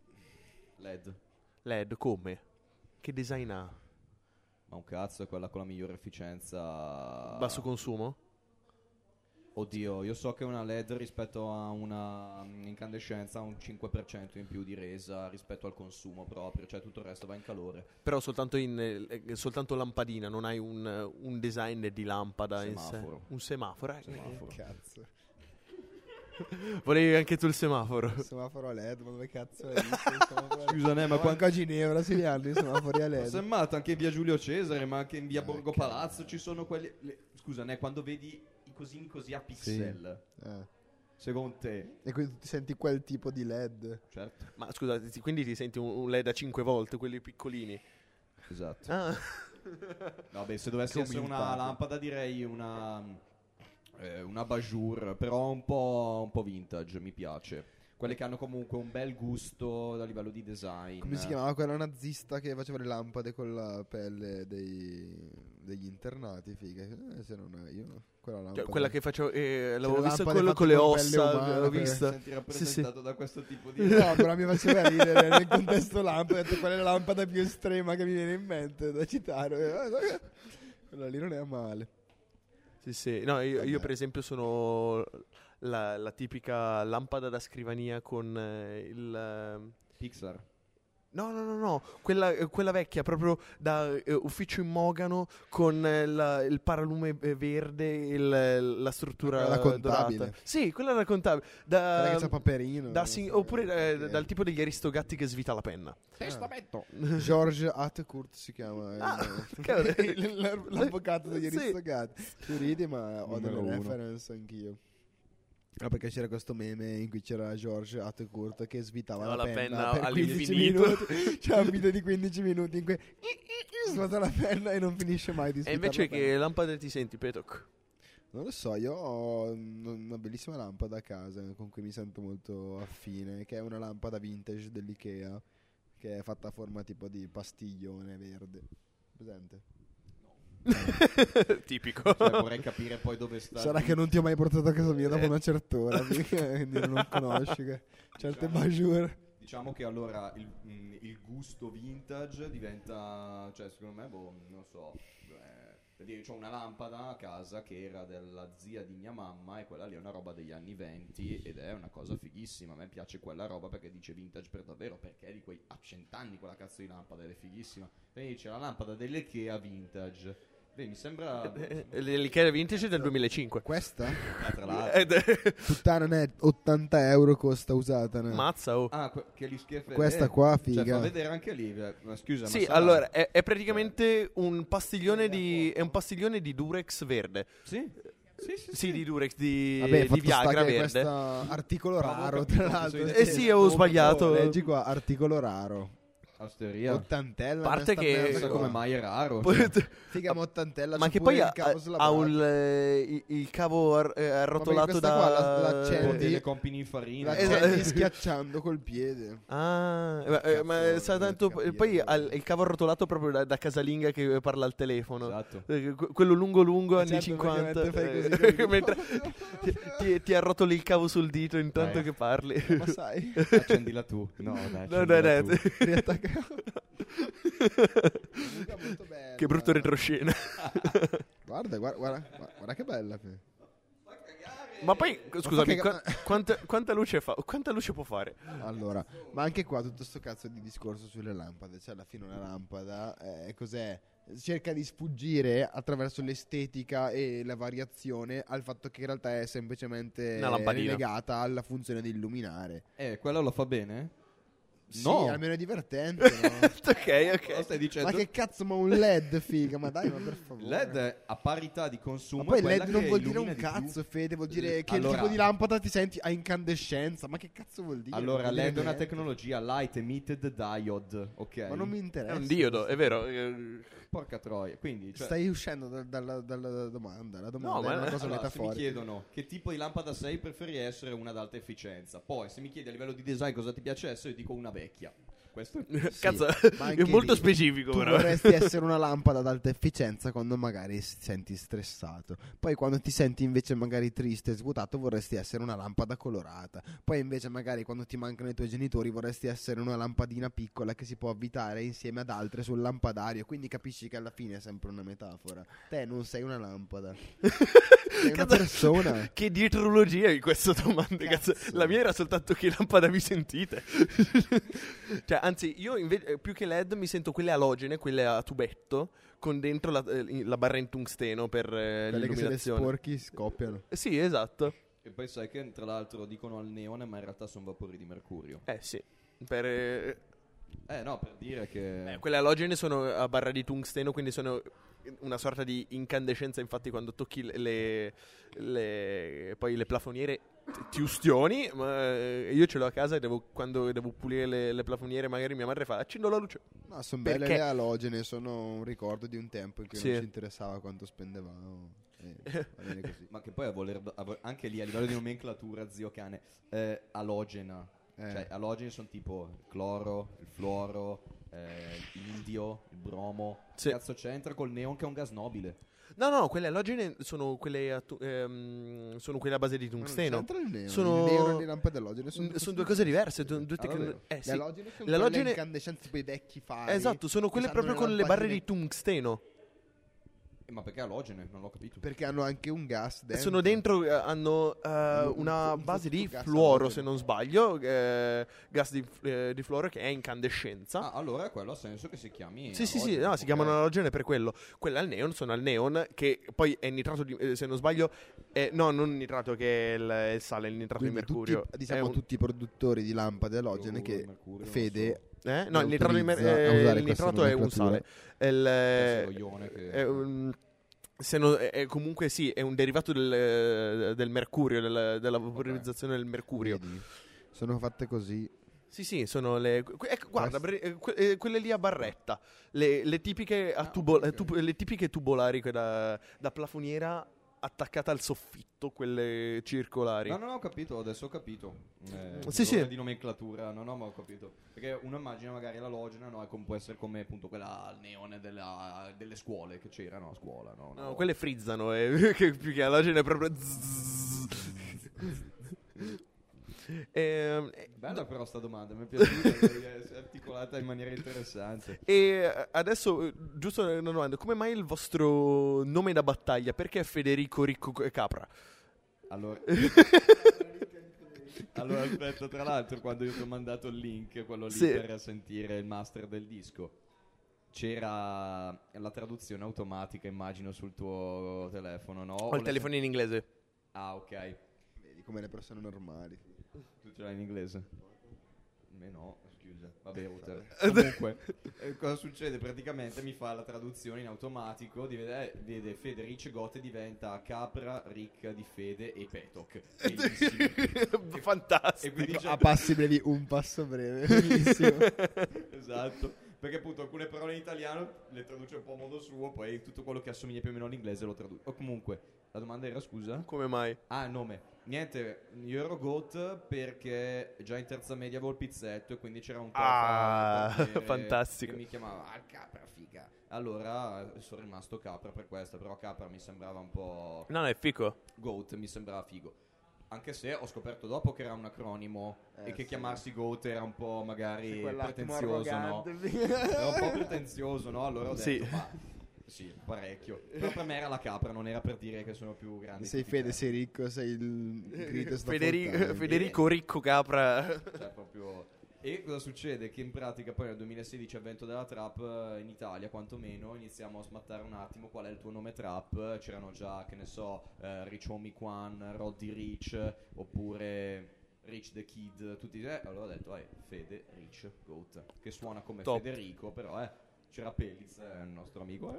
LED come? Che design ha? Ma un cazzo, è quella con la migliore efficienza. Basso consumo? Oddio, io so che una LED rispetto a una incandescenza ha un 5% in più di resa rispetto al consumo proprio, cioè tutto il resto va in calore. Però soltanto lampadina, non hai un design di lampada in sé. Semaforo. Un semaforo. Cazzo. Volevi anche tu il semaforo? Il semaforo a LED, ma dove cazzo è? Scusa, ma quanto a Ginevra si hanno i semafori a LED? Ho semmato anche in via Giulio Cesare, ma anche in via Borgo Palazzo ci sono quelli. Scusa, quando vedi i cosini così a pixel, secondo te? E quindi ti senti quel tipo di LED? Certo. Ma scusa, quindi ti senti un LED a 5 volt, quelli piccolini? Esatto. Ah. No, beh, se dovesse essere una lampada direi una abajur, però un po' vintage, mi piace. Quelle che hanno comunque un bel gusto a livello di design. Come si chiamava quella nazista che faceva le lampade con la pelle degli internati? Figa. Se non è io, quella lampada. Quella che facevo, l'avevo le vista lampade con le fatte con pelle ossa, umane, l'ho per- vista. Senti rappresentato da questo tipo di... No, però mi faceva ridere nel contesto lampada. Ho detto qual è la lampada più estrema che mi viene in mente da citare. Quella lì non è male. Sì. No, io Vabbè. per esempio sono la tipica lampada da scrivania con il... Pixar. No, quella vecchia, proprio da ufficio in mogano con il paralume verde e la struttura Quella contabile. dorata. Sì, quella raccontabile. Quella che c'ha Paperino. Oppure dal tipo degli Aristogatti che svita la penna. Testamento. George Attencourt si chiama cavolo. l'avvocato degli Sì. Aristogatti. Tu ridi, ma ho Numero delle uno. reference anch'io. Ah, perché c'era questo meme in cui c'era George Attencourt che svitava la penna per 15 all'infinito. minuti. C'è un video di 15 minuti in cui svuota la penna e non finisce mai di E svitare invece la penna. che lampade ti senti, Petok? Non lo so, io ho una bellissima lampada a casa con cui mi sento molto affine, che è una lampada vintage dell'Ikea, che è fatta a forma tipo di pastiglione verde. Presente? Tipico. Cioè, vorrei capire poi dove sta. Sarà che non ti ho mai portato a casa mia dopo una certa ora, quindi non conosci che certe bajour. Diciamo che allora il gusto vintage diventa, cioè secondo me, non so, per dire, c'ho una lampada a casa che era della zia di mia mamma e quella lì è una roba degli anni 20 ed è una cosa fighissima. A me piace quella roba perché dice vintage per davvero, perché è di quei a 100 anni quella cazzo di lampada ed è fighissima. Quindi dice la lampada dell'Ikea vintage. Beh, mi sembra... L'Ikea Vintage del 2005. Questa? tra l'altro. Puttana, non è 80 euro costa usata. No? Mazza, oh. Ah, che li schiaffa. Questa qua, figa. Cioè, fa vedere anche lì. Ma scusa, Sì, ma sarà- allora è praticamente un pastiglione di Durex verde. Sì? Sì, di Durex, di Vabbè, fatto sta Viagra che verde. questo articolo Bravo, raro, capito, tra l'altro. sì, Eh sì, avevo sbagliato. Leggi qua, articolo raro. Osteria. Ottantella. A parte sta che- merda Chissà qua. come mai è raro. Figa, ma ottantella. Ma c'è che pure poi il cavo ha slavato. il cavo arrotolato questa qua la Con accendi. delle compini in farina. La Esatto. accendi schiacciando col piede. Ah, Cazzo, ma sa tanto. capire. Poi ha il cavo arrotolato proprio da casalinga che parla al telefono. Esatto. Quello lungo anni Certo, 50. praticamente fai così, mentre ti arrotoli il cavo sul dito intanto Dai. che parli. Ma sai, Accendila tu. No, dai. No, accendila tu. riattacca. Comunque è molto bella. Che brutto retroscena. Guarda che bella. Ma poi, scusami, che- quanta luce fa? Quanta luce può fare? Allora, ma anche qua tutto sto cazzo di discorso sulle lampade, cioè alla fine una lampada cos'è? Cerca di sfuggire attraverso l'estetica e la variazione al fatto che in realtà è semplicemente Una lampadina. legata alla funzione di illuminare. Quello lo fa bene? Sì, No. almeno è divertente, no? Ok. Cosa stai dicendo? Ma che cazzo, ma un LED, figa, ma dai, ma per favore. Il LED è a parità di consumo. Ma poi è quella LED non che vuol dire un illumina di più. cazzo, Fede, vuol dire che Allora- il tipo di lampada ti senti a incandescenza. Ma che cazzo vuol dire? Allora, Vuol dire LED è una niente. tecnologia light emitted diode, ok? Ma non mi È interessa. un diodo, è vero. Porca troia. Quindi, cioè, Stai uscendo dalla domanda. La domanda No, è ma- una cosa allora, se mi metaforica. chiedono che tipo di lampada sei, preferi essere una ad alta efficienza. Poi, se mi chiedi a livello di design cosa ti piace essere, io dico una vecchia. Questo è... Cazzo, ma anche è molto lì specifico, Tu però. vorresti essere una lampada ad alta efficienza quando magari ti senti stressato. Poi quando ti senti invece magari triste e svuotato vorresti essere una lampada colorata. Poi invece magari quando ti mancano i tuoi genitori vorresti essere una lampadina piccola che si può avvitare insieme ad altre sul lampadario. Quindi capisci che alla fine è sempre una metafora. Te non sei una lampada. Sei una Cazzo, persona. Che dietrologia in questa domanda, cazzo. Cazzo. La mia era soltanto che lampada vi sentite. Cioè, anzi, io più che LED mi sento quelle alogene, quelle a tubetto, con dentro la barra in tungsteno per Quelle che se le l'illuminazione. sporchi scoppiano. Sì, esatto. E poi sai che tra l'altro dicono al neone, ma in realtà sono vapori di mercurio. Sì. Per, No, per dire che... quelle alogene sono a barra di tungsteno, quindi sono una sorta di incandescenza. Infatti, quando tocchi poi le plafoniere ti ustioni. Ma io ce l'ho a casa e quando devo pulire le plafoniere, magari mia madre fa: accendo la luce. No, sono belle Perché? le alogene, sono un ricordo di un tempo in cui Sì. non ci interessava quanto spendevamo. Va bene così. Ma che poi anche lì a livello di nomenclatura, zio cane, alogena. Cioè, alogeni sono tipo il cloro, il fluoro, l'indio, il bromo. Sì. Cazzo c'entra col neon che è un gas nobile? No, quelle alogene sono quelle a base di tungsteno. Ma non c'entra il neon. Sono- Il neon e le lampade allogene Sono due cose diverse. Due davvero? sì. Le alogene sono Le alogene- quelle incandescenti tipo i vecchi fari. Esatto, sono che quelle stanno proprio con nelle le barre di lampadine. tungsteno. Ma perché alogene? Non l'ho capito. Perché hanno anche un gas dentro. Sono dentro, hanno una un base di gas fluoro, alogeno. se non sbaglio, gas di fluoro che è incandescenza. Ah, allora quello ha senso che si chiami Sì, alogene, no, ok. si chiamano alogene per quello. Quella al neon sono al neon, che poi è nitrato di, se non sbaglio, no, non nitrato che è il sale, il nitrato Quindi di mercurio. tutti, diciamo È un- tutti i produttori di lampade alogene Fluoro, che mercurio, non Fede No, il nitrato, autorizza a usare il questa nitrato è un nomenclatura. sale. Questo è lo ione che- Comunque sì, è un derivato del mercurio, della vaporizzazione del mercurio. Vedi? Sono fatte così. Sì, sono le. Ecco, guarda, quelle lì a barretta. Le tipiche, le tipiche tubolari da plafoniera attaccata al soffitto, quelle circolari. No, ho capito, adesso ho capito. Sì, sì. Di nomenclatura, no, ma ho capito. Perché uno immagina magari l'alogena, no, e può essere come appunto quella al neone delle scuole che c'erano a scuola, no? No, quelle frizzano, che più che alogene è proprio. Bella però sta domanda, mi è piaciuta, perché si è articolata in maniera interessante. E adesso, giusto una domanda, come mai il vostro nome da battaglia? Perché Federico Ricco Capra? Allora, aspetta, tra l'altro quando io ti ho mandato il link, quello lì Sì. per sentire il master del disco, c'era la traduzione automatica, immagino, sul tuo telefono, no? Ho il telefono in inglese. Ah, ok. Vedi come le persone normali. Tu ce l'hai in inglese? Me no, scusa. Vabbè, comunque, cosa succede? Praticamente mi fa la traduzione in automatico, vede Fede Rich Got e diventa Capra, Rick di Fede e Petok. Bellissimo. Fantastico. E quindi c'è- A passi brevi, un passo breve. Bellissimo. Esatto. Perché appunto alcune parole in italiano le traduce un po' a modo suo, poi tutto quello che assomiglia più o meno all'inglese lo traduce. O comunque, la domanda era, scusa? Come mai? Ah, nome. Niente, io ero GOAT perché già in terza media avevo il pizzetto e quindi c'era un portiere fantastico. che mi chiamava Capra, figa. Allora sono rimasto Capra per questo, però Capra mi sembrava un po'... No, è fico. GOAT mi sembrava figo. Anche se ho scoperto dopo che era un acronimo e che sì. chiamarsi GOAT era un po' magari Quell'attimo pretenzioso, no? arrogante. Era un po' pretenzioso, no? Allora ho detto, Sì. sì, parecchio. Però per me era la Capra, non era per dire che sono più grande. Sei tutti Fede, te. sei ricco, sei il greatest of all Federico, time. Federico Ricco Capra. Cioè, proprio... E cosa succede? Che in pratica poi nel 2016, avvento della trap, in Italia quantomeno, iniziamo a smattare un attimo qual è il tuo nome trap. C'erano già, che ne so, Rich Homie Quan, Roddy Rich, oppure Rich the Kid, tutti allora ho detto, Fede Rich Goat, che suona come Top. Federico, però c'era Peliz, il nostro amico,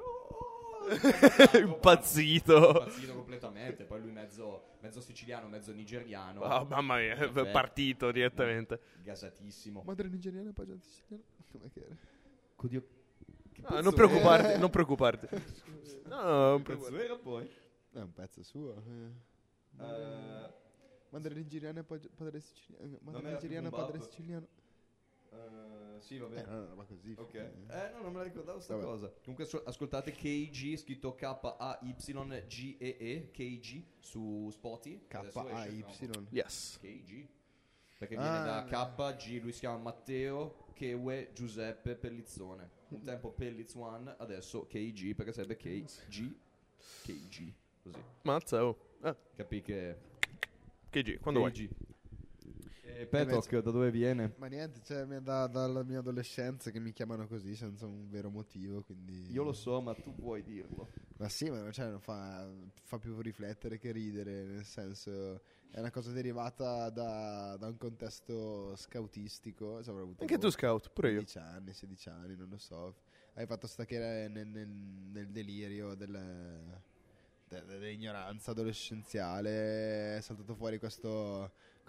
Impazzito. impazzito completamente. Poi lui mezzo siciliano, mezzo nigeriano. Oh, mamma mia, è Vabbè. partito direttamente. Gasatissimo. Madre nigeriana, pagina siciliana. Com'è che era? Oddio, che No, pezzo non preoccuparti, era? non preoccuparti. No, non Che pezzo preoccuparti. era poi? È un pezzo suo. Eh, Madre nigeriana, padre siciliano. Madre Non era nigeriana, più boom padre bap? siciliano. sì, va bene. No, roba così. Ok. No, non me la ricordavo sta Vabbè. cosa. Comunque ascoltate KG, scritto K-A-Y-G-E-E, KG, su Spotify. Adesso esce, K-A-Y. Yes. KG. Perché viene da Ah. KG, lui si chiama Matteo, Kewe, Giuseppe, Pellizzone. Un tempo Pellizz One, adesso KG, perché sarebbe KG. KG, così. Mazza, oh. Capì che... KG, quando vuoi. KG. E Petok, da dove viene? Ma niente, cioè, dalla mia adolescenza che mi chiamano così senza un vero motivo, quindi... Io lo so, ma tu puoi dirlo. Ma sì, ma cioè, fa più riflettere che ridere, nel senso... È una cosa derivata da un contesto scautistico. Cioè, avrò avuto Anche tu scout, pure io. 15 anni, 16 anni, non lo so. Hai fatto sta che era nel delirio dell'ignoranza adolescenziale è saltato fuori questo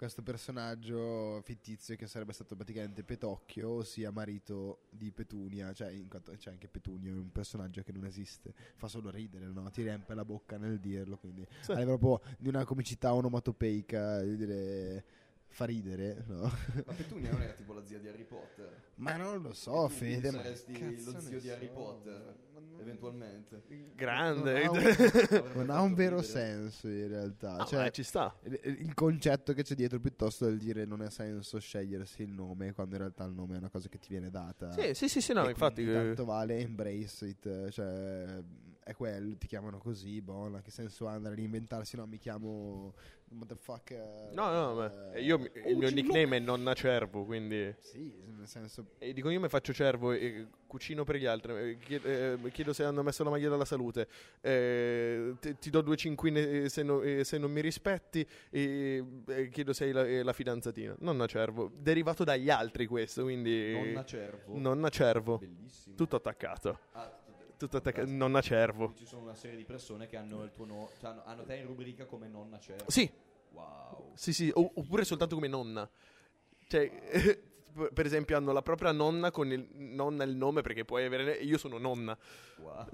questo personaggio fittizio che sarebbe stato praticamente Petocchio, ossia marito di Petunia, cioè in quanto c'è anche Petunio, è un personaggio che non esiste, fa solo ridere, no? Ti riempie la bocca nel dirlo, quindi è proprio di una comicità onomatopeica, di dire, fa ridere, no? Ma Petunia non era tipo la zia di Harry Potter? Ma non lo so, Tu Fede, ma saresti cazzo lo ne zio di Harry so. Potter, eventualmente. Grande. Non ha un vero senso in realtà, Ah, cioè ci sta. il concetto che c'è dietro piuttosto del dire non ha senso scegliersi il nome quando in realtà il nome è una cosa che ti viene data. Sì, no, E infatti. quindi tanto vale embrace it, cioè è quello, ti chiamano così, buona, che senso ha andare a reinventarsi, no, mi chiamo motherfucker. No, beh, il mio nickname è Nonna Cervo, quindi Sì, nel senso e di cognome faccio Cervo e cucino per gli altri. Chiedo se hanno messo la maglia della salute. Ti do 2 cinquine se non mi rispetti. E chiedo se hai la fidanzatina. Nonna Cervo, derivato dagli altri questo, quindi Nonna Cervo. Bellissimo. Tutto attaccato. Tutto attaccato. Nonna Cervo. Ci sono una serie di persone che hanno il tuo nome, cioè hanno te in rubrica come Nonna Cervo. Sì. Wow. Sì, oppure soltanto come nonna. Cioè, per esempio hanno la propria nonna con il nonna il nome, perché puoi avere io sono nonna. Wow.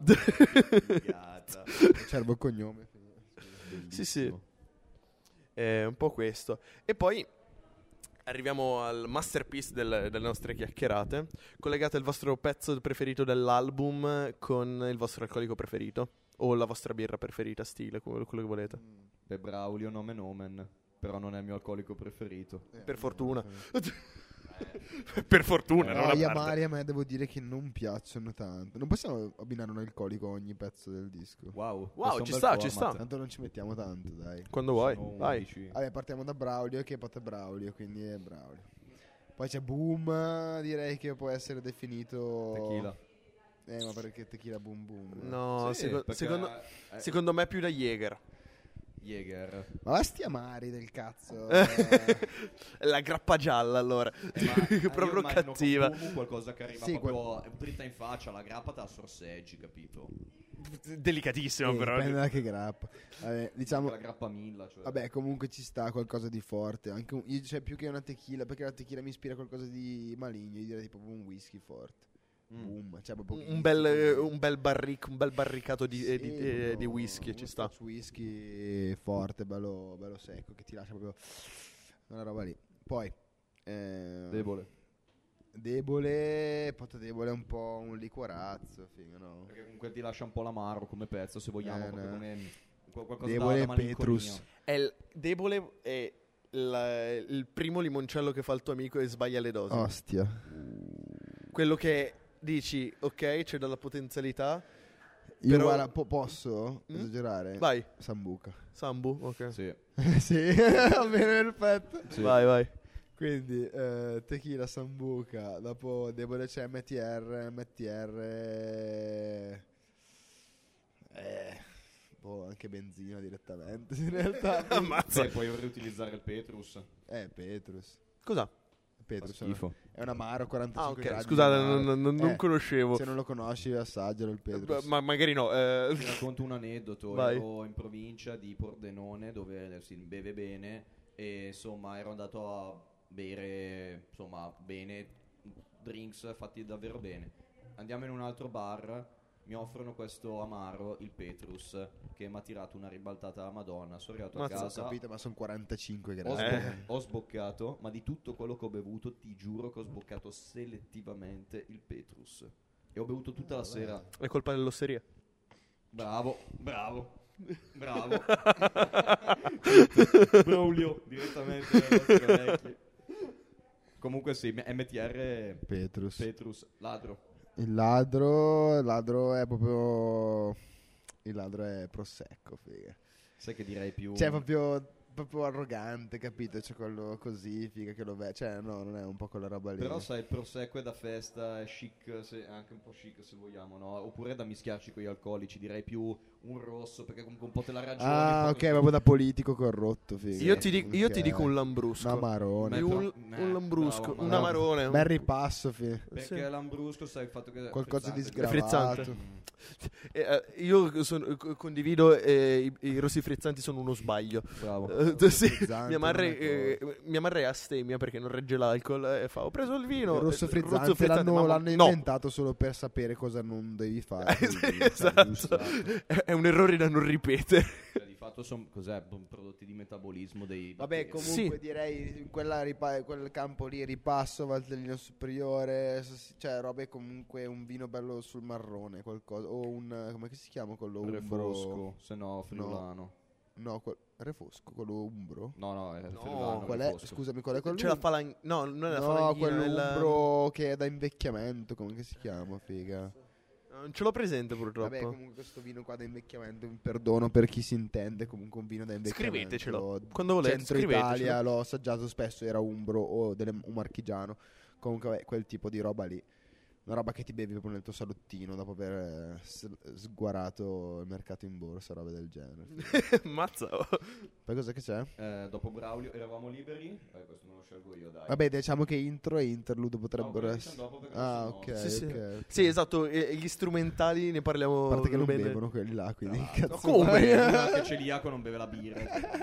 Cervo il cognome. Sì. È un po' questo. E poi arriviamo al masterpiece delle nostre chiacchierate. Collegate il vostro pezzo preferito dell'album con il vostro alcolico preferito o la vostra birra preferita, stile, quello che volete. Beh, Braulio nome nomen, però non è il mio alcolico preferito. Per fortuna. Per fortuna, non gli a parte. amari a me devo dire che non piacciono tanto. Non possiamo abbinare un alcolico a ogni pezzo del disco. Wow, ci sta. Tanto non ci mettiamo tanto, dai. Quando vuoi, Sono vai. 11. Vabbè, partiamo da Braulio, che è Braulio, quindi è Braulio. Poi c'è Boom, direi che può essere definito Tequila. Ma perché Tequila Boom Boom? No, Sì, perché- secondo me più da Jäger. Jäger. Ma va sti amari del cazzo. La grappa gialla, allora. Proprio cattiva. Qualcosa che arriva Sì, proprio dritta in faccia, la grappa te la sorseggi, capito? Delicatissimo, però. Dipende da che grappa. Vabbè, diciamo, La grappa milla, cioè. vabbè, comunque ci sta qualcosa di forte. Anche cioè, più che una tequila, perché la tequila mi ispira a qualcosa di maligno. Io direi tipo un whisky forte. Boom, cioè proprio Un bel barricato di proprio whisky, ci sta. Scotch whisky forte, bello secco, che ti lascia proprio una roba lì. Poi debole, Potto debole è un po' un liquorazzo, figo, no? Perché comunque ti lascia un po' l'amaro come pezzo, se vogliamo, proprio no. come qualcosa Debole da e malinconia. Petrus. Debole è il primo limoncello che fa il tuo amico e sbaglia le dosi. Ostia. Quello che dici, ok, c'è della potenzialità. Io però- guarda, posso esagerare? Vai, Sambuca. Sambu, ok. Sì. Sì, va bene, perfetto. Sì. Vai. Quindi tequila, Sambuca, dopo debole c'è MTR. Anche benzina direttamente in realtà. Ammazza. Beh, puoi riutilizzare il Petrus. Petrus. Cos'ha? Petrus Fa schifo. è un amaro 45 Ah, ok, gradi. scusate, di amaro. non conoscevo. Se non lo conosci assaggialo il Petrus. Ma magari no. Ti racconto un aneddoto. Vai. Ero in provincia di Pordenone dove si beve bene e insomma ero andato a bere insomma bene, drinks fatti davvero bene. Andiamo in un altro bar, mi offrono questo amaro, il Petrus, che mi ha tirato una ribaltata alla Madonna. Sono arrivato a Mazza, Ho casa, capito, ma sono 45 ho, gradi. ho sboccato, ma di tutto quello che ho bevuto ti giuro che ho sboccato selettivamente il Petrus e ho bevuto tutta la sera. È colpa dell'osteria. Bravo. Braulio, direttamente dai nostri vecchi. Comunque sì, MTR Petrus. ladro. Il ladro è proprio... Il ladro è prosecco, figa. Sai che direi più... Cioè, proprio arrogante, capito? C'è quello così, figa, che lo vede. Cioè, no, non è un po' quella roba lì. Però sai, il prosecco è da festa, è chic, anche un po' chic se vogliamo, no? Oppure da mischiarci con gli alcolici, direi più un rosso, perché comunque un po' te la ragioni. Ah, un ok, po' proprio da politico corrotto, figa. Io ti dico un Ok. lambrusco. Un amarone. Un lambrusco, bravo, un bravo. amarone. Bel ripasso, figa. Perché Sì. l'ambrusco sai il fatto che... Qualcosa di frizzante. sgravato. Io condivido i rossi frizzanti sono uno sbaglio. Bravo. Sì, frizzante, mia non madre è astemia perché non regge l'alcol e fa: ho preso il vino. Il rosso frizzante frizzante, l'hanno no. inventato solo per sapere cosa non devi fare. quindi, Esatto. È un errore da non ripetere. Cioè, di fatto sono prodotti di metabolismo dei Vabbè, batteri. comunque Sì. direi in quel campo lì ripasso, Valtellino superiore, cioè robe comunque un vino bello sul marrone, qualcosa, o un, come si chiama quello umbro? Refosco, se no friulano. No, Refosco, quello umbro? No, è No, friulano. Qual è? Refosco. Scusami, qual è quello? C'è la falange. No, non è la No, falanghina. quello è la- umbro che è da invecchiamento, come che si chiama, figa? Non ce l'ho presente purtroppo. Vabbè, comunque questo vino qua da invecchiamento, un perdono per chi si intende, comunque un vino da invecchiamento. Scrivetecelo. Quando volete, Centro scrivetecelo. Italia, l'ho assaggiato spesso, era umbro o un marchigiano. Comunque vabbè, quel tipo di roba lì. Una roba che ti bevi proprio nel tuo salottino dopo aver sguarato il mercato in borsa, roba del genere. Mazza. Poi cosa che c'è? Dopo Braulio eravamo liberi. Questo me lo scelgo io, dai. Vabbè, diciamo che intro e interlude potrebbero quello essere. diciamo dopo perché Ah, sennò- ok. Sì, sì. ok. Sì, esatto. E gli strumentali ne parliamo. A parte che non bene. bevono quelli là, quindi No, cazzo come? fai? Uno che celiaco non beve la birra.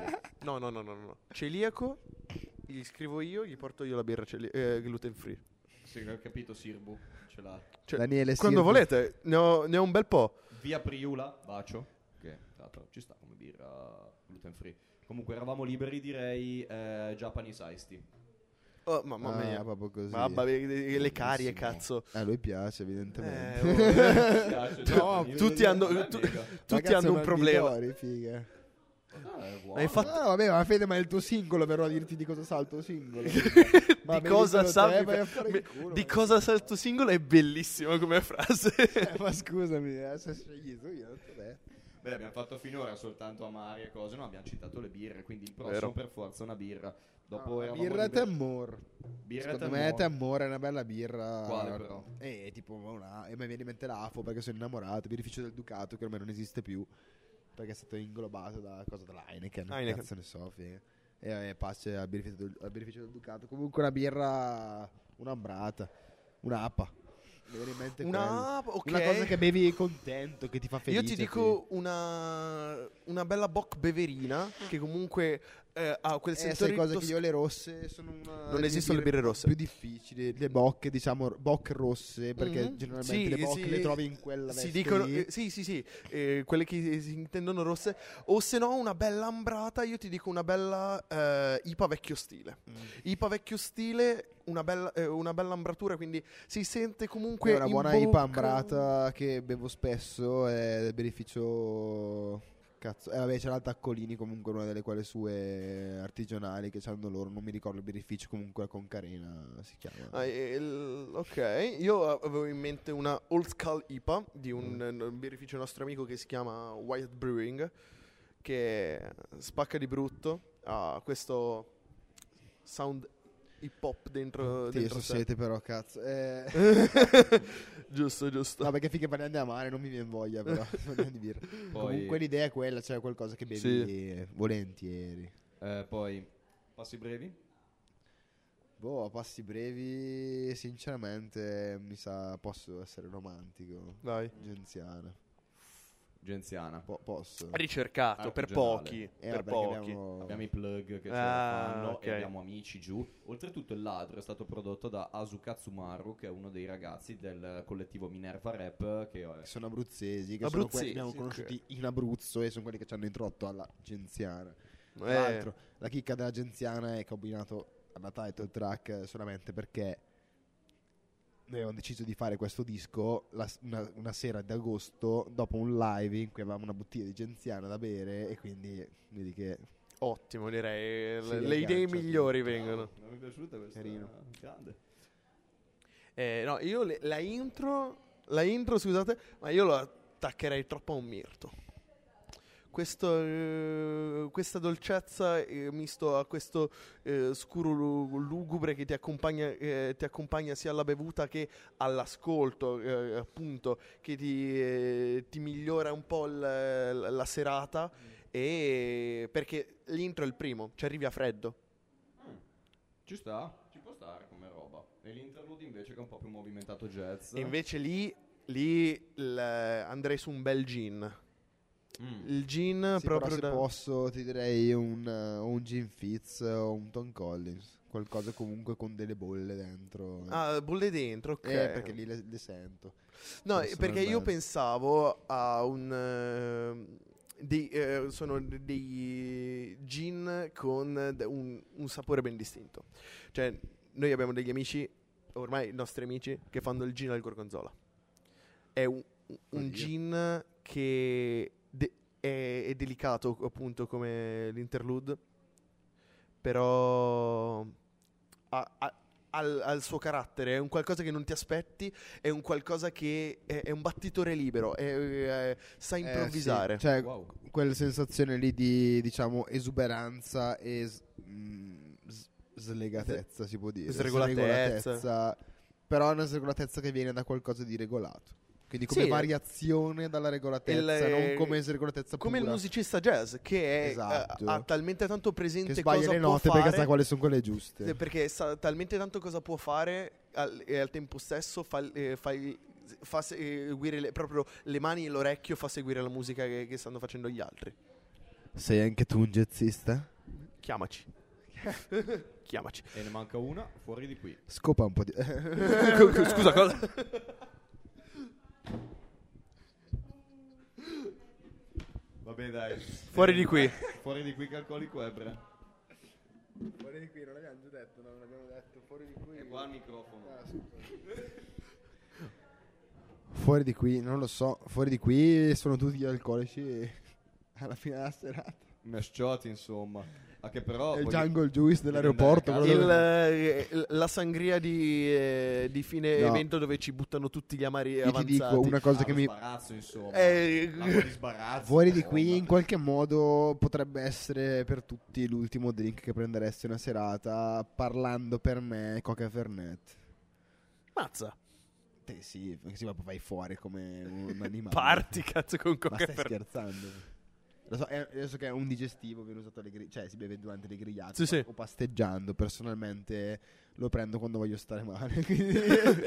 No. Celiaco. Gli scrivo io, gli porto io la birra gluten free. Sì, ho capito, Sirbu. Ce l'ha. Cioè, Daniele quando Sirbu. volete, ne ho un bel po'. Via Priula, bacio. Che tra l'altro ci sta come birra gluten free. Comunque eravamo liberi, direi Japanese Iced Tea. Oh, mamma mia. proprio così. Mamma mia, le carie, Bellissimo. cazzo. A lui piace, evidentemente. Oh. Piace, No, Japanese. tutti hanno- Vabbè, tu- mega. Tutti hanno un problema. Figa. È buono. Ma infatti- Ah, vabbè, ma Fede, ma è il tuo singolo, però a dirti di cosa sa il tuo singolo. Ma Di cosa bevi sa solo te, vai a fare il culo, di ma- cosa sa il tuo singolo è bellissimo come frase. Ma scusami, se scegli tu io non te ne- Beh, abbiamo fatto finora soltanto amari e cose, no? Abbiamo citato le birre, quindi il prossimo Vero. per forza una birra. Dopo eravamo Birra liberi- Temmor. Birra Secondo Temmor. me Temmor è una bella birra. Quale però? Tipo una. E mi viene in mente l'AFO perché sono innamorato. Birrificio del Ducato che ormai non esiste più. Perché è stato inglobato da cosa della Heineken. Heineken. Cazzo ne so, figa. E pace al birrificio del Ducato. Comunque una birra. Un'ambrata. Un'APA. Mi viene in mente Una, quello. ok. Una cosa che bevi contento, che ti fa felice. Io ti dico una bella Bock beverina che comunque ha quel sai sentore cosa che io le rosse sono una Non delle esistono le birre rosse. più difficili, le bocche, diciamo, bocche rosse, perché Mhm. generalmente Sì, le bocche sì, le trovi in quella si veste dicono lì. sì, quelle che si intendono rosse, o se no una bella ambrata. Io ti dico una bella IPA vecchio stile. IPA vecchio stile, una bella ambratura, quindi si sente comunque Una in buona bocca. IPA ambrata che bevo spesso è del beneficio. Cazzo, vabbè, c'è l'Altaccolini, comunque una delle quelle sue artigianali che hanno loro, non mi ricordo il beneficio, comunque con Carena si chiama. Ok, io avevo in mente una Old Skull IPA di un birrificio nostro amico che si chiama Wyatt Brewing, che spacca di brutto, ha questo sound hip hop dentro Io so sé. siete però, cazzo. Giusto. No, perché finché parliamo di amare non mi viene voglia, però. Parliamo di birra. Poi- Comunque l'idea è quella, cioè qualcosa che bevi volentieri. Poi, passi brevi? Boh, a passi brevi, sinceramente, mi sa, posso essere romantico. Vai. Genziana. Genziana. Posso. Ricercato per Artigianale. pochi, per perché pochi. Abbiamo i plug che ce lo Ah, fanno ok. e abbiamo amici giù. Oltretutto il ladro è stato prodotto da Asukatsumaru, che è uno dei ragazzi del collettivo Minerva Rap, che Sono abruzzesi, che Abruzzesi, sono quelli che abbiamo ok. conosciuti in Abruzzo e sono quelli che ci hanno introdotto alla Genziana. Tra Eh, l'altro, la chicca della Genziana è che ho abbinato alla title track solamente perché noi avevamo deciso di fare questo disco una sera d'agosto dopo un live in cui avevamo una bottiglia di Genziana da bere e quindi vedi che ottimo, direi. Sì, Le idee aggancia migliori tutto. vengono. Non mi è piaciuta questa. Carino. Grande. No, io la intro, scusate, ma io lo attaccherei troppo a un mirto. Questa dolcezza misto a questo scuro lugubre che ti accompagna sia alla bevuta che all'ascolto, appunto, che ti migliora un po' la serata. E perché l'intro è il primo, ci arrivi a freddo. Ci sta, ci può stare come roba. E l'interlude invece che è un po' più movimentato jazz. E invece lì andrei su un bel gin. Il gin Sì, proprio però se posso ti direi un Gin Fizz o un Tom Collins. Qualcosa comunque con delle bolle dentro. Ah, bolle dentro, ok. Perché lì le sento. No, Sono perché il io best. pensavo a sono dei gin con un sapore ben distinto. Cioè, noi abbiamo degli amici, ormai nostri amici, che fanno il gin al gorgonzola. È un Oddio. gin che è delicato, appunto, come l'interlude, però al suo carattere, è un qualcosa che non ti aspetti, è un qualcosa che è un battitore libero, sa improvvisare. Sì, cioè, Wow. quella sensazione lì di, diciamo, esuberanza e slegatezza, si può dire. Sregolatezza. Però è una sregolatezza che viene da qualcosa di regolato. Quindi come Sì, variazione dalla regolatezza, non come sregolatezza come il pura. musicista jazz che Esatto. ha talmente tanto presente Che sbaglia cosa le può note fare, perché sa quali sono quelle giuste. perché sa talmente tanto cosa può fare e al tempo stesso fa seguire proprio le mani e l'orecchio, fa seguire la musica che stanno facendo gli altri. Sei anche tu un jazzista? Chiamaci. Chiamaci. E ne manca una, fuori di qui. Scopa un po' di... Scusa, cosa? Vabbè dai. Fuori di qui. Fuori di qui calcolico Ebra. Fuori di qui, non l'abbiamo già detto, non l'abbiamo detto. Fuori di qui... E qua il microfono. Fuori di qui, non lo so. Fuori di qui sono tutti gli alcolici alla fine della serata. Mescioti insomma. A che però È il voglio- Jungle Juice devi dell'aeroporto. andare a casa. quello La sangria di fine No. evento dove ci buttano tutti gli amari Io avanzati. ti dico una cosa che lo mi... sbarazzo insomma. Eh, L'acqua di sbarazzo. Fuori di insomma. qui in qualche modo potrebbe essere per tutti l'ultimo drink che prenderesti una serata, parlando per me Coca Fernet. Mazza. Sì, perché sì, ma poi vai fuori come un animale. Parti, cazzo, con Ma Coca stai Fernet. scherzando? Lo so, io so che è un digestivo, viene usato cioè si beve durante le grigliate Sì, sì. o pasteggiando. Personalmente lo prendo quando voglio stare male. quindi-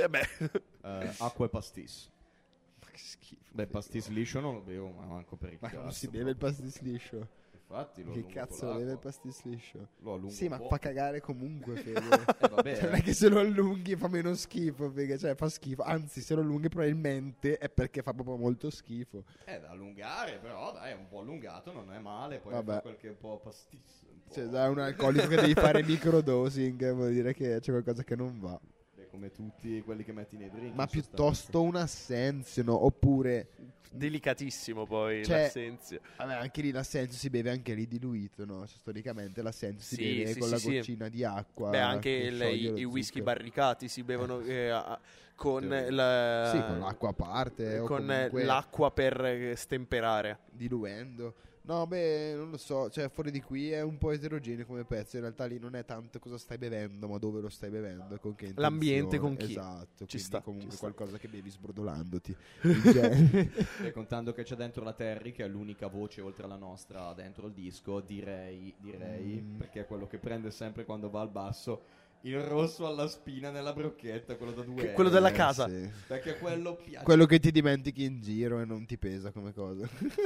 Acqua e pastis. Ma che schifo. Beh, pastis liscio non lo bevo, ma manco per il Ma cazzo. non si beve il pastis liscio. Infatti lo Che allungo cazzo con beve il l'acqua. pastis liscio? Lo allungo Sì, un ma po'. fa cagare comunque, Fede. Vabbè, Cioè, non è che se lo allunghi fa meno schifo, perché, cioè fa schifo. Anzi, se lo allunghi probabilmente è perché fa proprio molto schifo. È da allungare, però dai, è un po' allungato, non è male. Poi Vabbè. fa qualche un po' pastis. Un po'. Cioè, da un alcolico che devi fare microdosing vuol dire che c'è qualcosa che non va. Beh, come tutti quelli che metti nei drink. Ma in piuttosto un assenzio, no? Oppure, Delicatissimo poi Cioè, l'assenzio. vabbè, anche lì l'assenzio si beve anche lì diluito, no? Cioè, storicamente l'assenzio si Sì, beve sì, con sì, la sì. goccina di acqua. Beh, anche che scioglie lo i whisky zucchero. barricati si bevono con Sì, Sì, con l'acqua a parte. o con comunque l'acqua per stemperare. diluendo. No, beh, non lo so, cioè fuori di qui è un po' eterogeneo come pezzo. In realtà lì non è tanto cosa stai bevendo, ma dove lo stai bevendo e con che intenzione. L'ambiente con chi. Esatto, Ci quindi sta, comunque ci sta. qualcosa che bevi sbrodolandoti. In genere. E contando che c'è dentro la Terry, che è l'unica voce oltre alla nostra dentro il disco, direi perché è quello che prende sempre quando va al basso, il rosso alla spina nella brocchetta, quello da 2 Quello euro. della casa. Sì. Perché quello piace. Quello che ti dimentichi in giro e non ti pesa come cosa.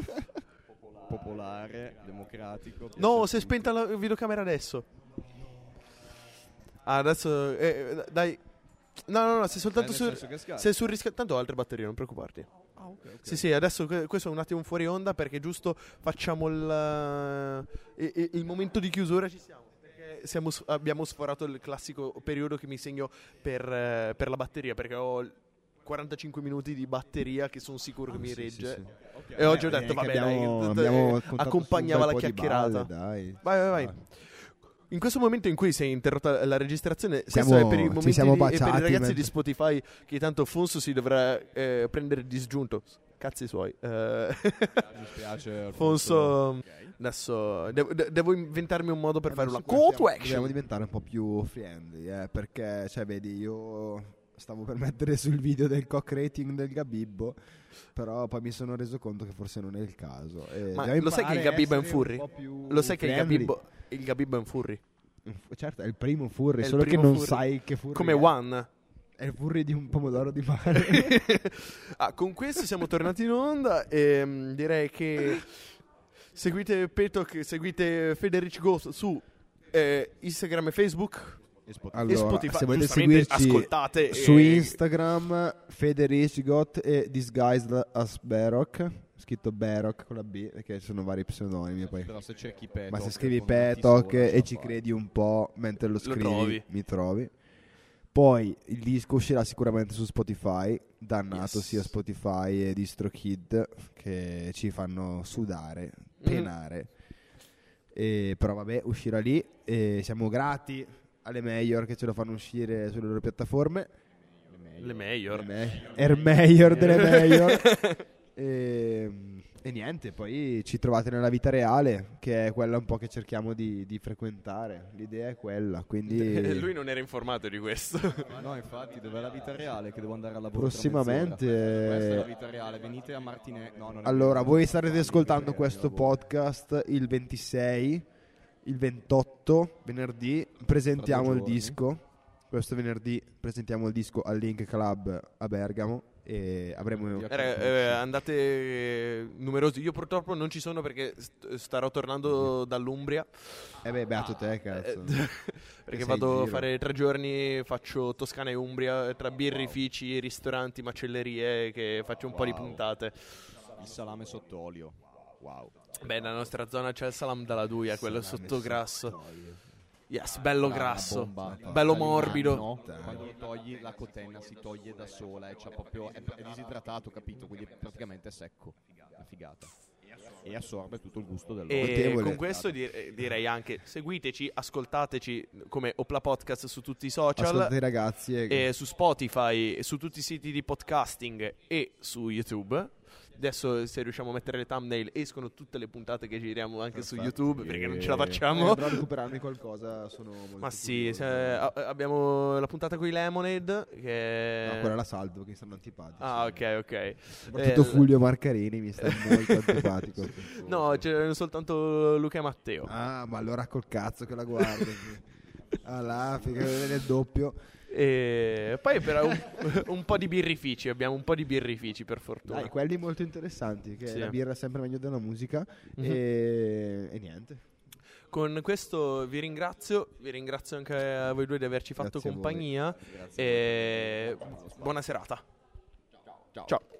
popolare, democratico. piace No, a si è tutti. spenta la videocamera adesso. Ah, adesso dai. No, sei soltanto nel sul senso che scarica. sei sul rischio. Tanto ho altre batterie, non preoccuparti. Ah, ok. Sì, adesso questo è un attimo fuori onda perché giusto facciamo il momento di chiusura. Ci siamo. Perché abbiamo sforato il classico periodo che mi segno per la batteria. Perché ho 45 minuti di batteria che sono sicuro che mi regge. Ok. E oggi ho Beh, detto, che vabbè, abbiamo dai, contato accompagnava su la un bel po' di chiacchierata. balle, dai. Vai. Ah. In questo momento in cui si è interrotta la registrazione, Siamo- questo è per i ci momenti siamo e per i baciati ragazzi mentre- di Spotify che tanto Fonso si dovrà prendere disgiunto. Cazzi suoi. Mi spiace. Fonso, Ok. adesso devo inventarmi un modo per fare una Adesso call to dobbiamo action. diventare un po' più friendly, perché, cioè, vedi, io stavo per mettere sul video del cock rating del Gabibbo, però poi mi sono reso conto che forse non è il caso. Ma devo lo sai che il imparare a Gabibbo è un essere furry? po' più Lo sai che il friendly. Gabibbo è un furry? Certo, è il primo furry, È il solo che primo non furry. sai che furry Come è. One. È il furry di un pomodoro di mare. Con questo siamo tornati in onda e direi che seguite Petok, seguite Federici Ghost su Instagram e Facebook. Allora, Spotify, se volete giustamente, seguirci ascoltate su Instagram, Federicgot e Disguised as Berok, scritto Berok con la B, perché ci sono vari pseudonimi poi. Però se cerchi Petok, Ma se scrivi con una T Petok sola, e ce ci la fai. credi un po' mentre lo scrivi, trovi. mi trovi. Poi il disco uscirà sicuramente su Spotify, dannato Yes. sia Spotify e DistroKid, che ci fanno sudare, penare. Però vabbè, uscirà lì e siamo grati alle Major che ce lo fanno uscire sulle loro piattaforme. Le Major. Er Major delle Major. E niente, poi ci trovate nella vita reale, che è quella un po' che cerchiamo di frequentare. L'idea è quella, quindi Lui non era informato di questo. No, infatti, dov'è la vita reale che devo andare al lavoro? prossimamente. tra mezz'ora? Questa è la vita reale, venite a Martinez. No, non è Allora, vero. voi starete ascoltando Io questo lavoro. podcast il 26, il 28, venerdì, presentiamo Fra 2 il giorni. disco. Questo venerdì presentiamo il disco al Link Club a Bergamo e avremo... Andate numerosi. Io purtroppo non ci sono perché starò tornando dall'Umbria. beato te, cazzo. Perché sei vado in a giro. fare 3 giorni, faccio Toscana e Umbria, tra birrifici, ristoranti, macellerie, che faccio un po' di puntate. Il salame sott'olio. Wow. Beh, nella nostra zona c'è il salam dalla Duia, quello Salame sotto grasso. sott'olio. Yes, bello Una grasso, bomba. bello Da morbido. limano, quando lo togli la cotenna si toglie da sola e c'ha proprio, è disidratato, capito? Quindi praticamente è secco. Una figata. E assorbe tutto il gusto dell'olio. E Notevole. con questo direi anche seguiteci, ascoltateci come Opla Podcast su tutti i social. Ascoltate i ragazzi E su Spotify, e su tutti i siti di podcasting e su YouTube. Adesso se riusciamo a mettere le thumbnail escono tutte le puntate che giriamo anche su YouTube perché non ce la facciamo. Però recuperarmi qualcosa sono molto Ma sì, curioso. abbiamo la puntata con i Lemonade che... No, quella è la Salvo che mi stanno antipatici. Ah, ok. Soprattutto Fulvio Marcarini mi sta molto antipatico. No, c'erano soltanto Luca e Matteo. Ah, ma allora col cazzo che la guardo. Là, figa, nel doppio. E poi però un po' di birrifici, abbiamo un po' di birrifici per fortuna. Dai, quelli molto interessanti, che Sì. la birra è sempre meglio della musica. Mhm. E niente. Con questo vi ringrazio anche a voi due di averci fatto Grazie a voi. compagnia Grazie e buona serata. Ciao.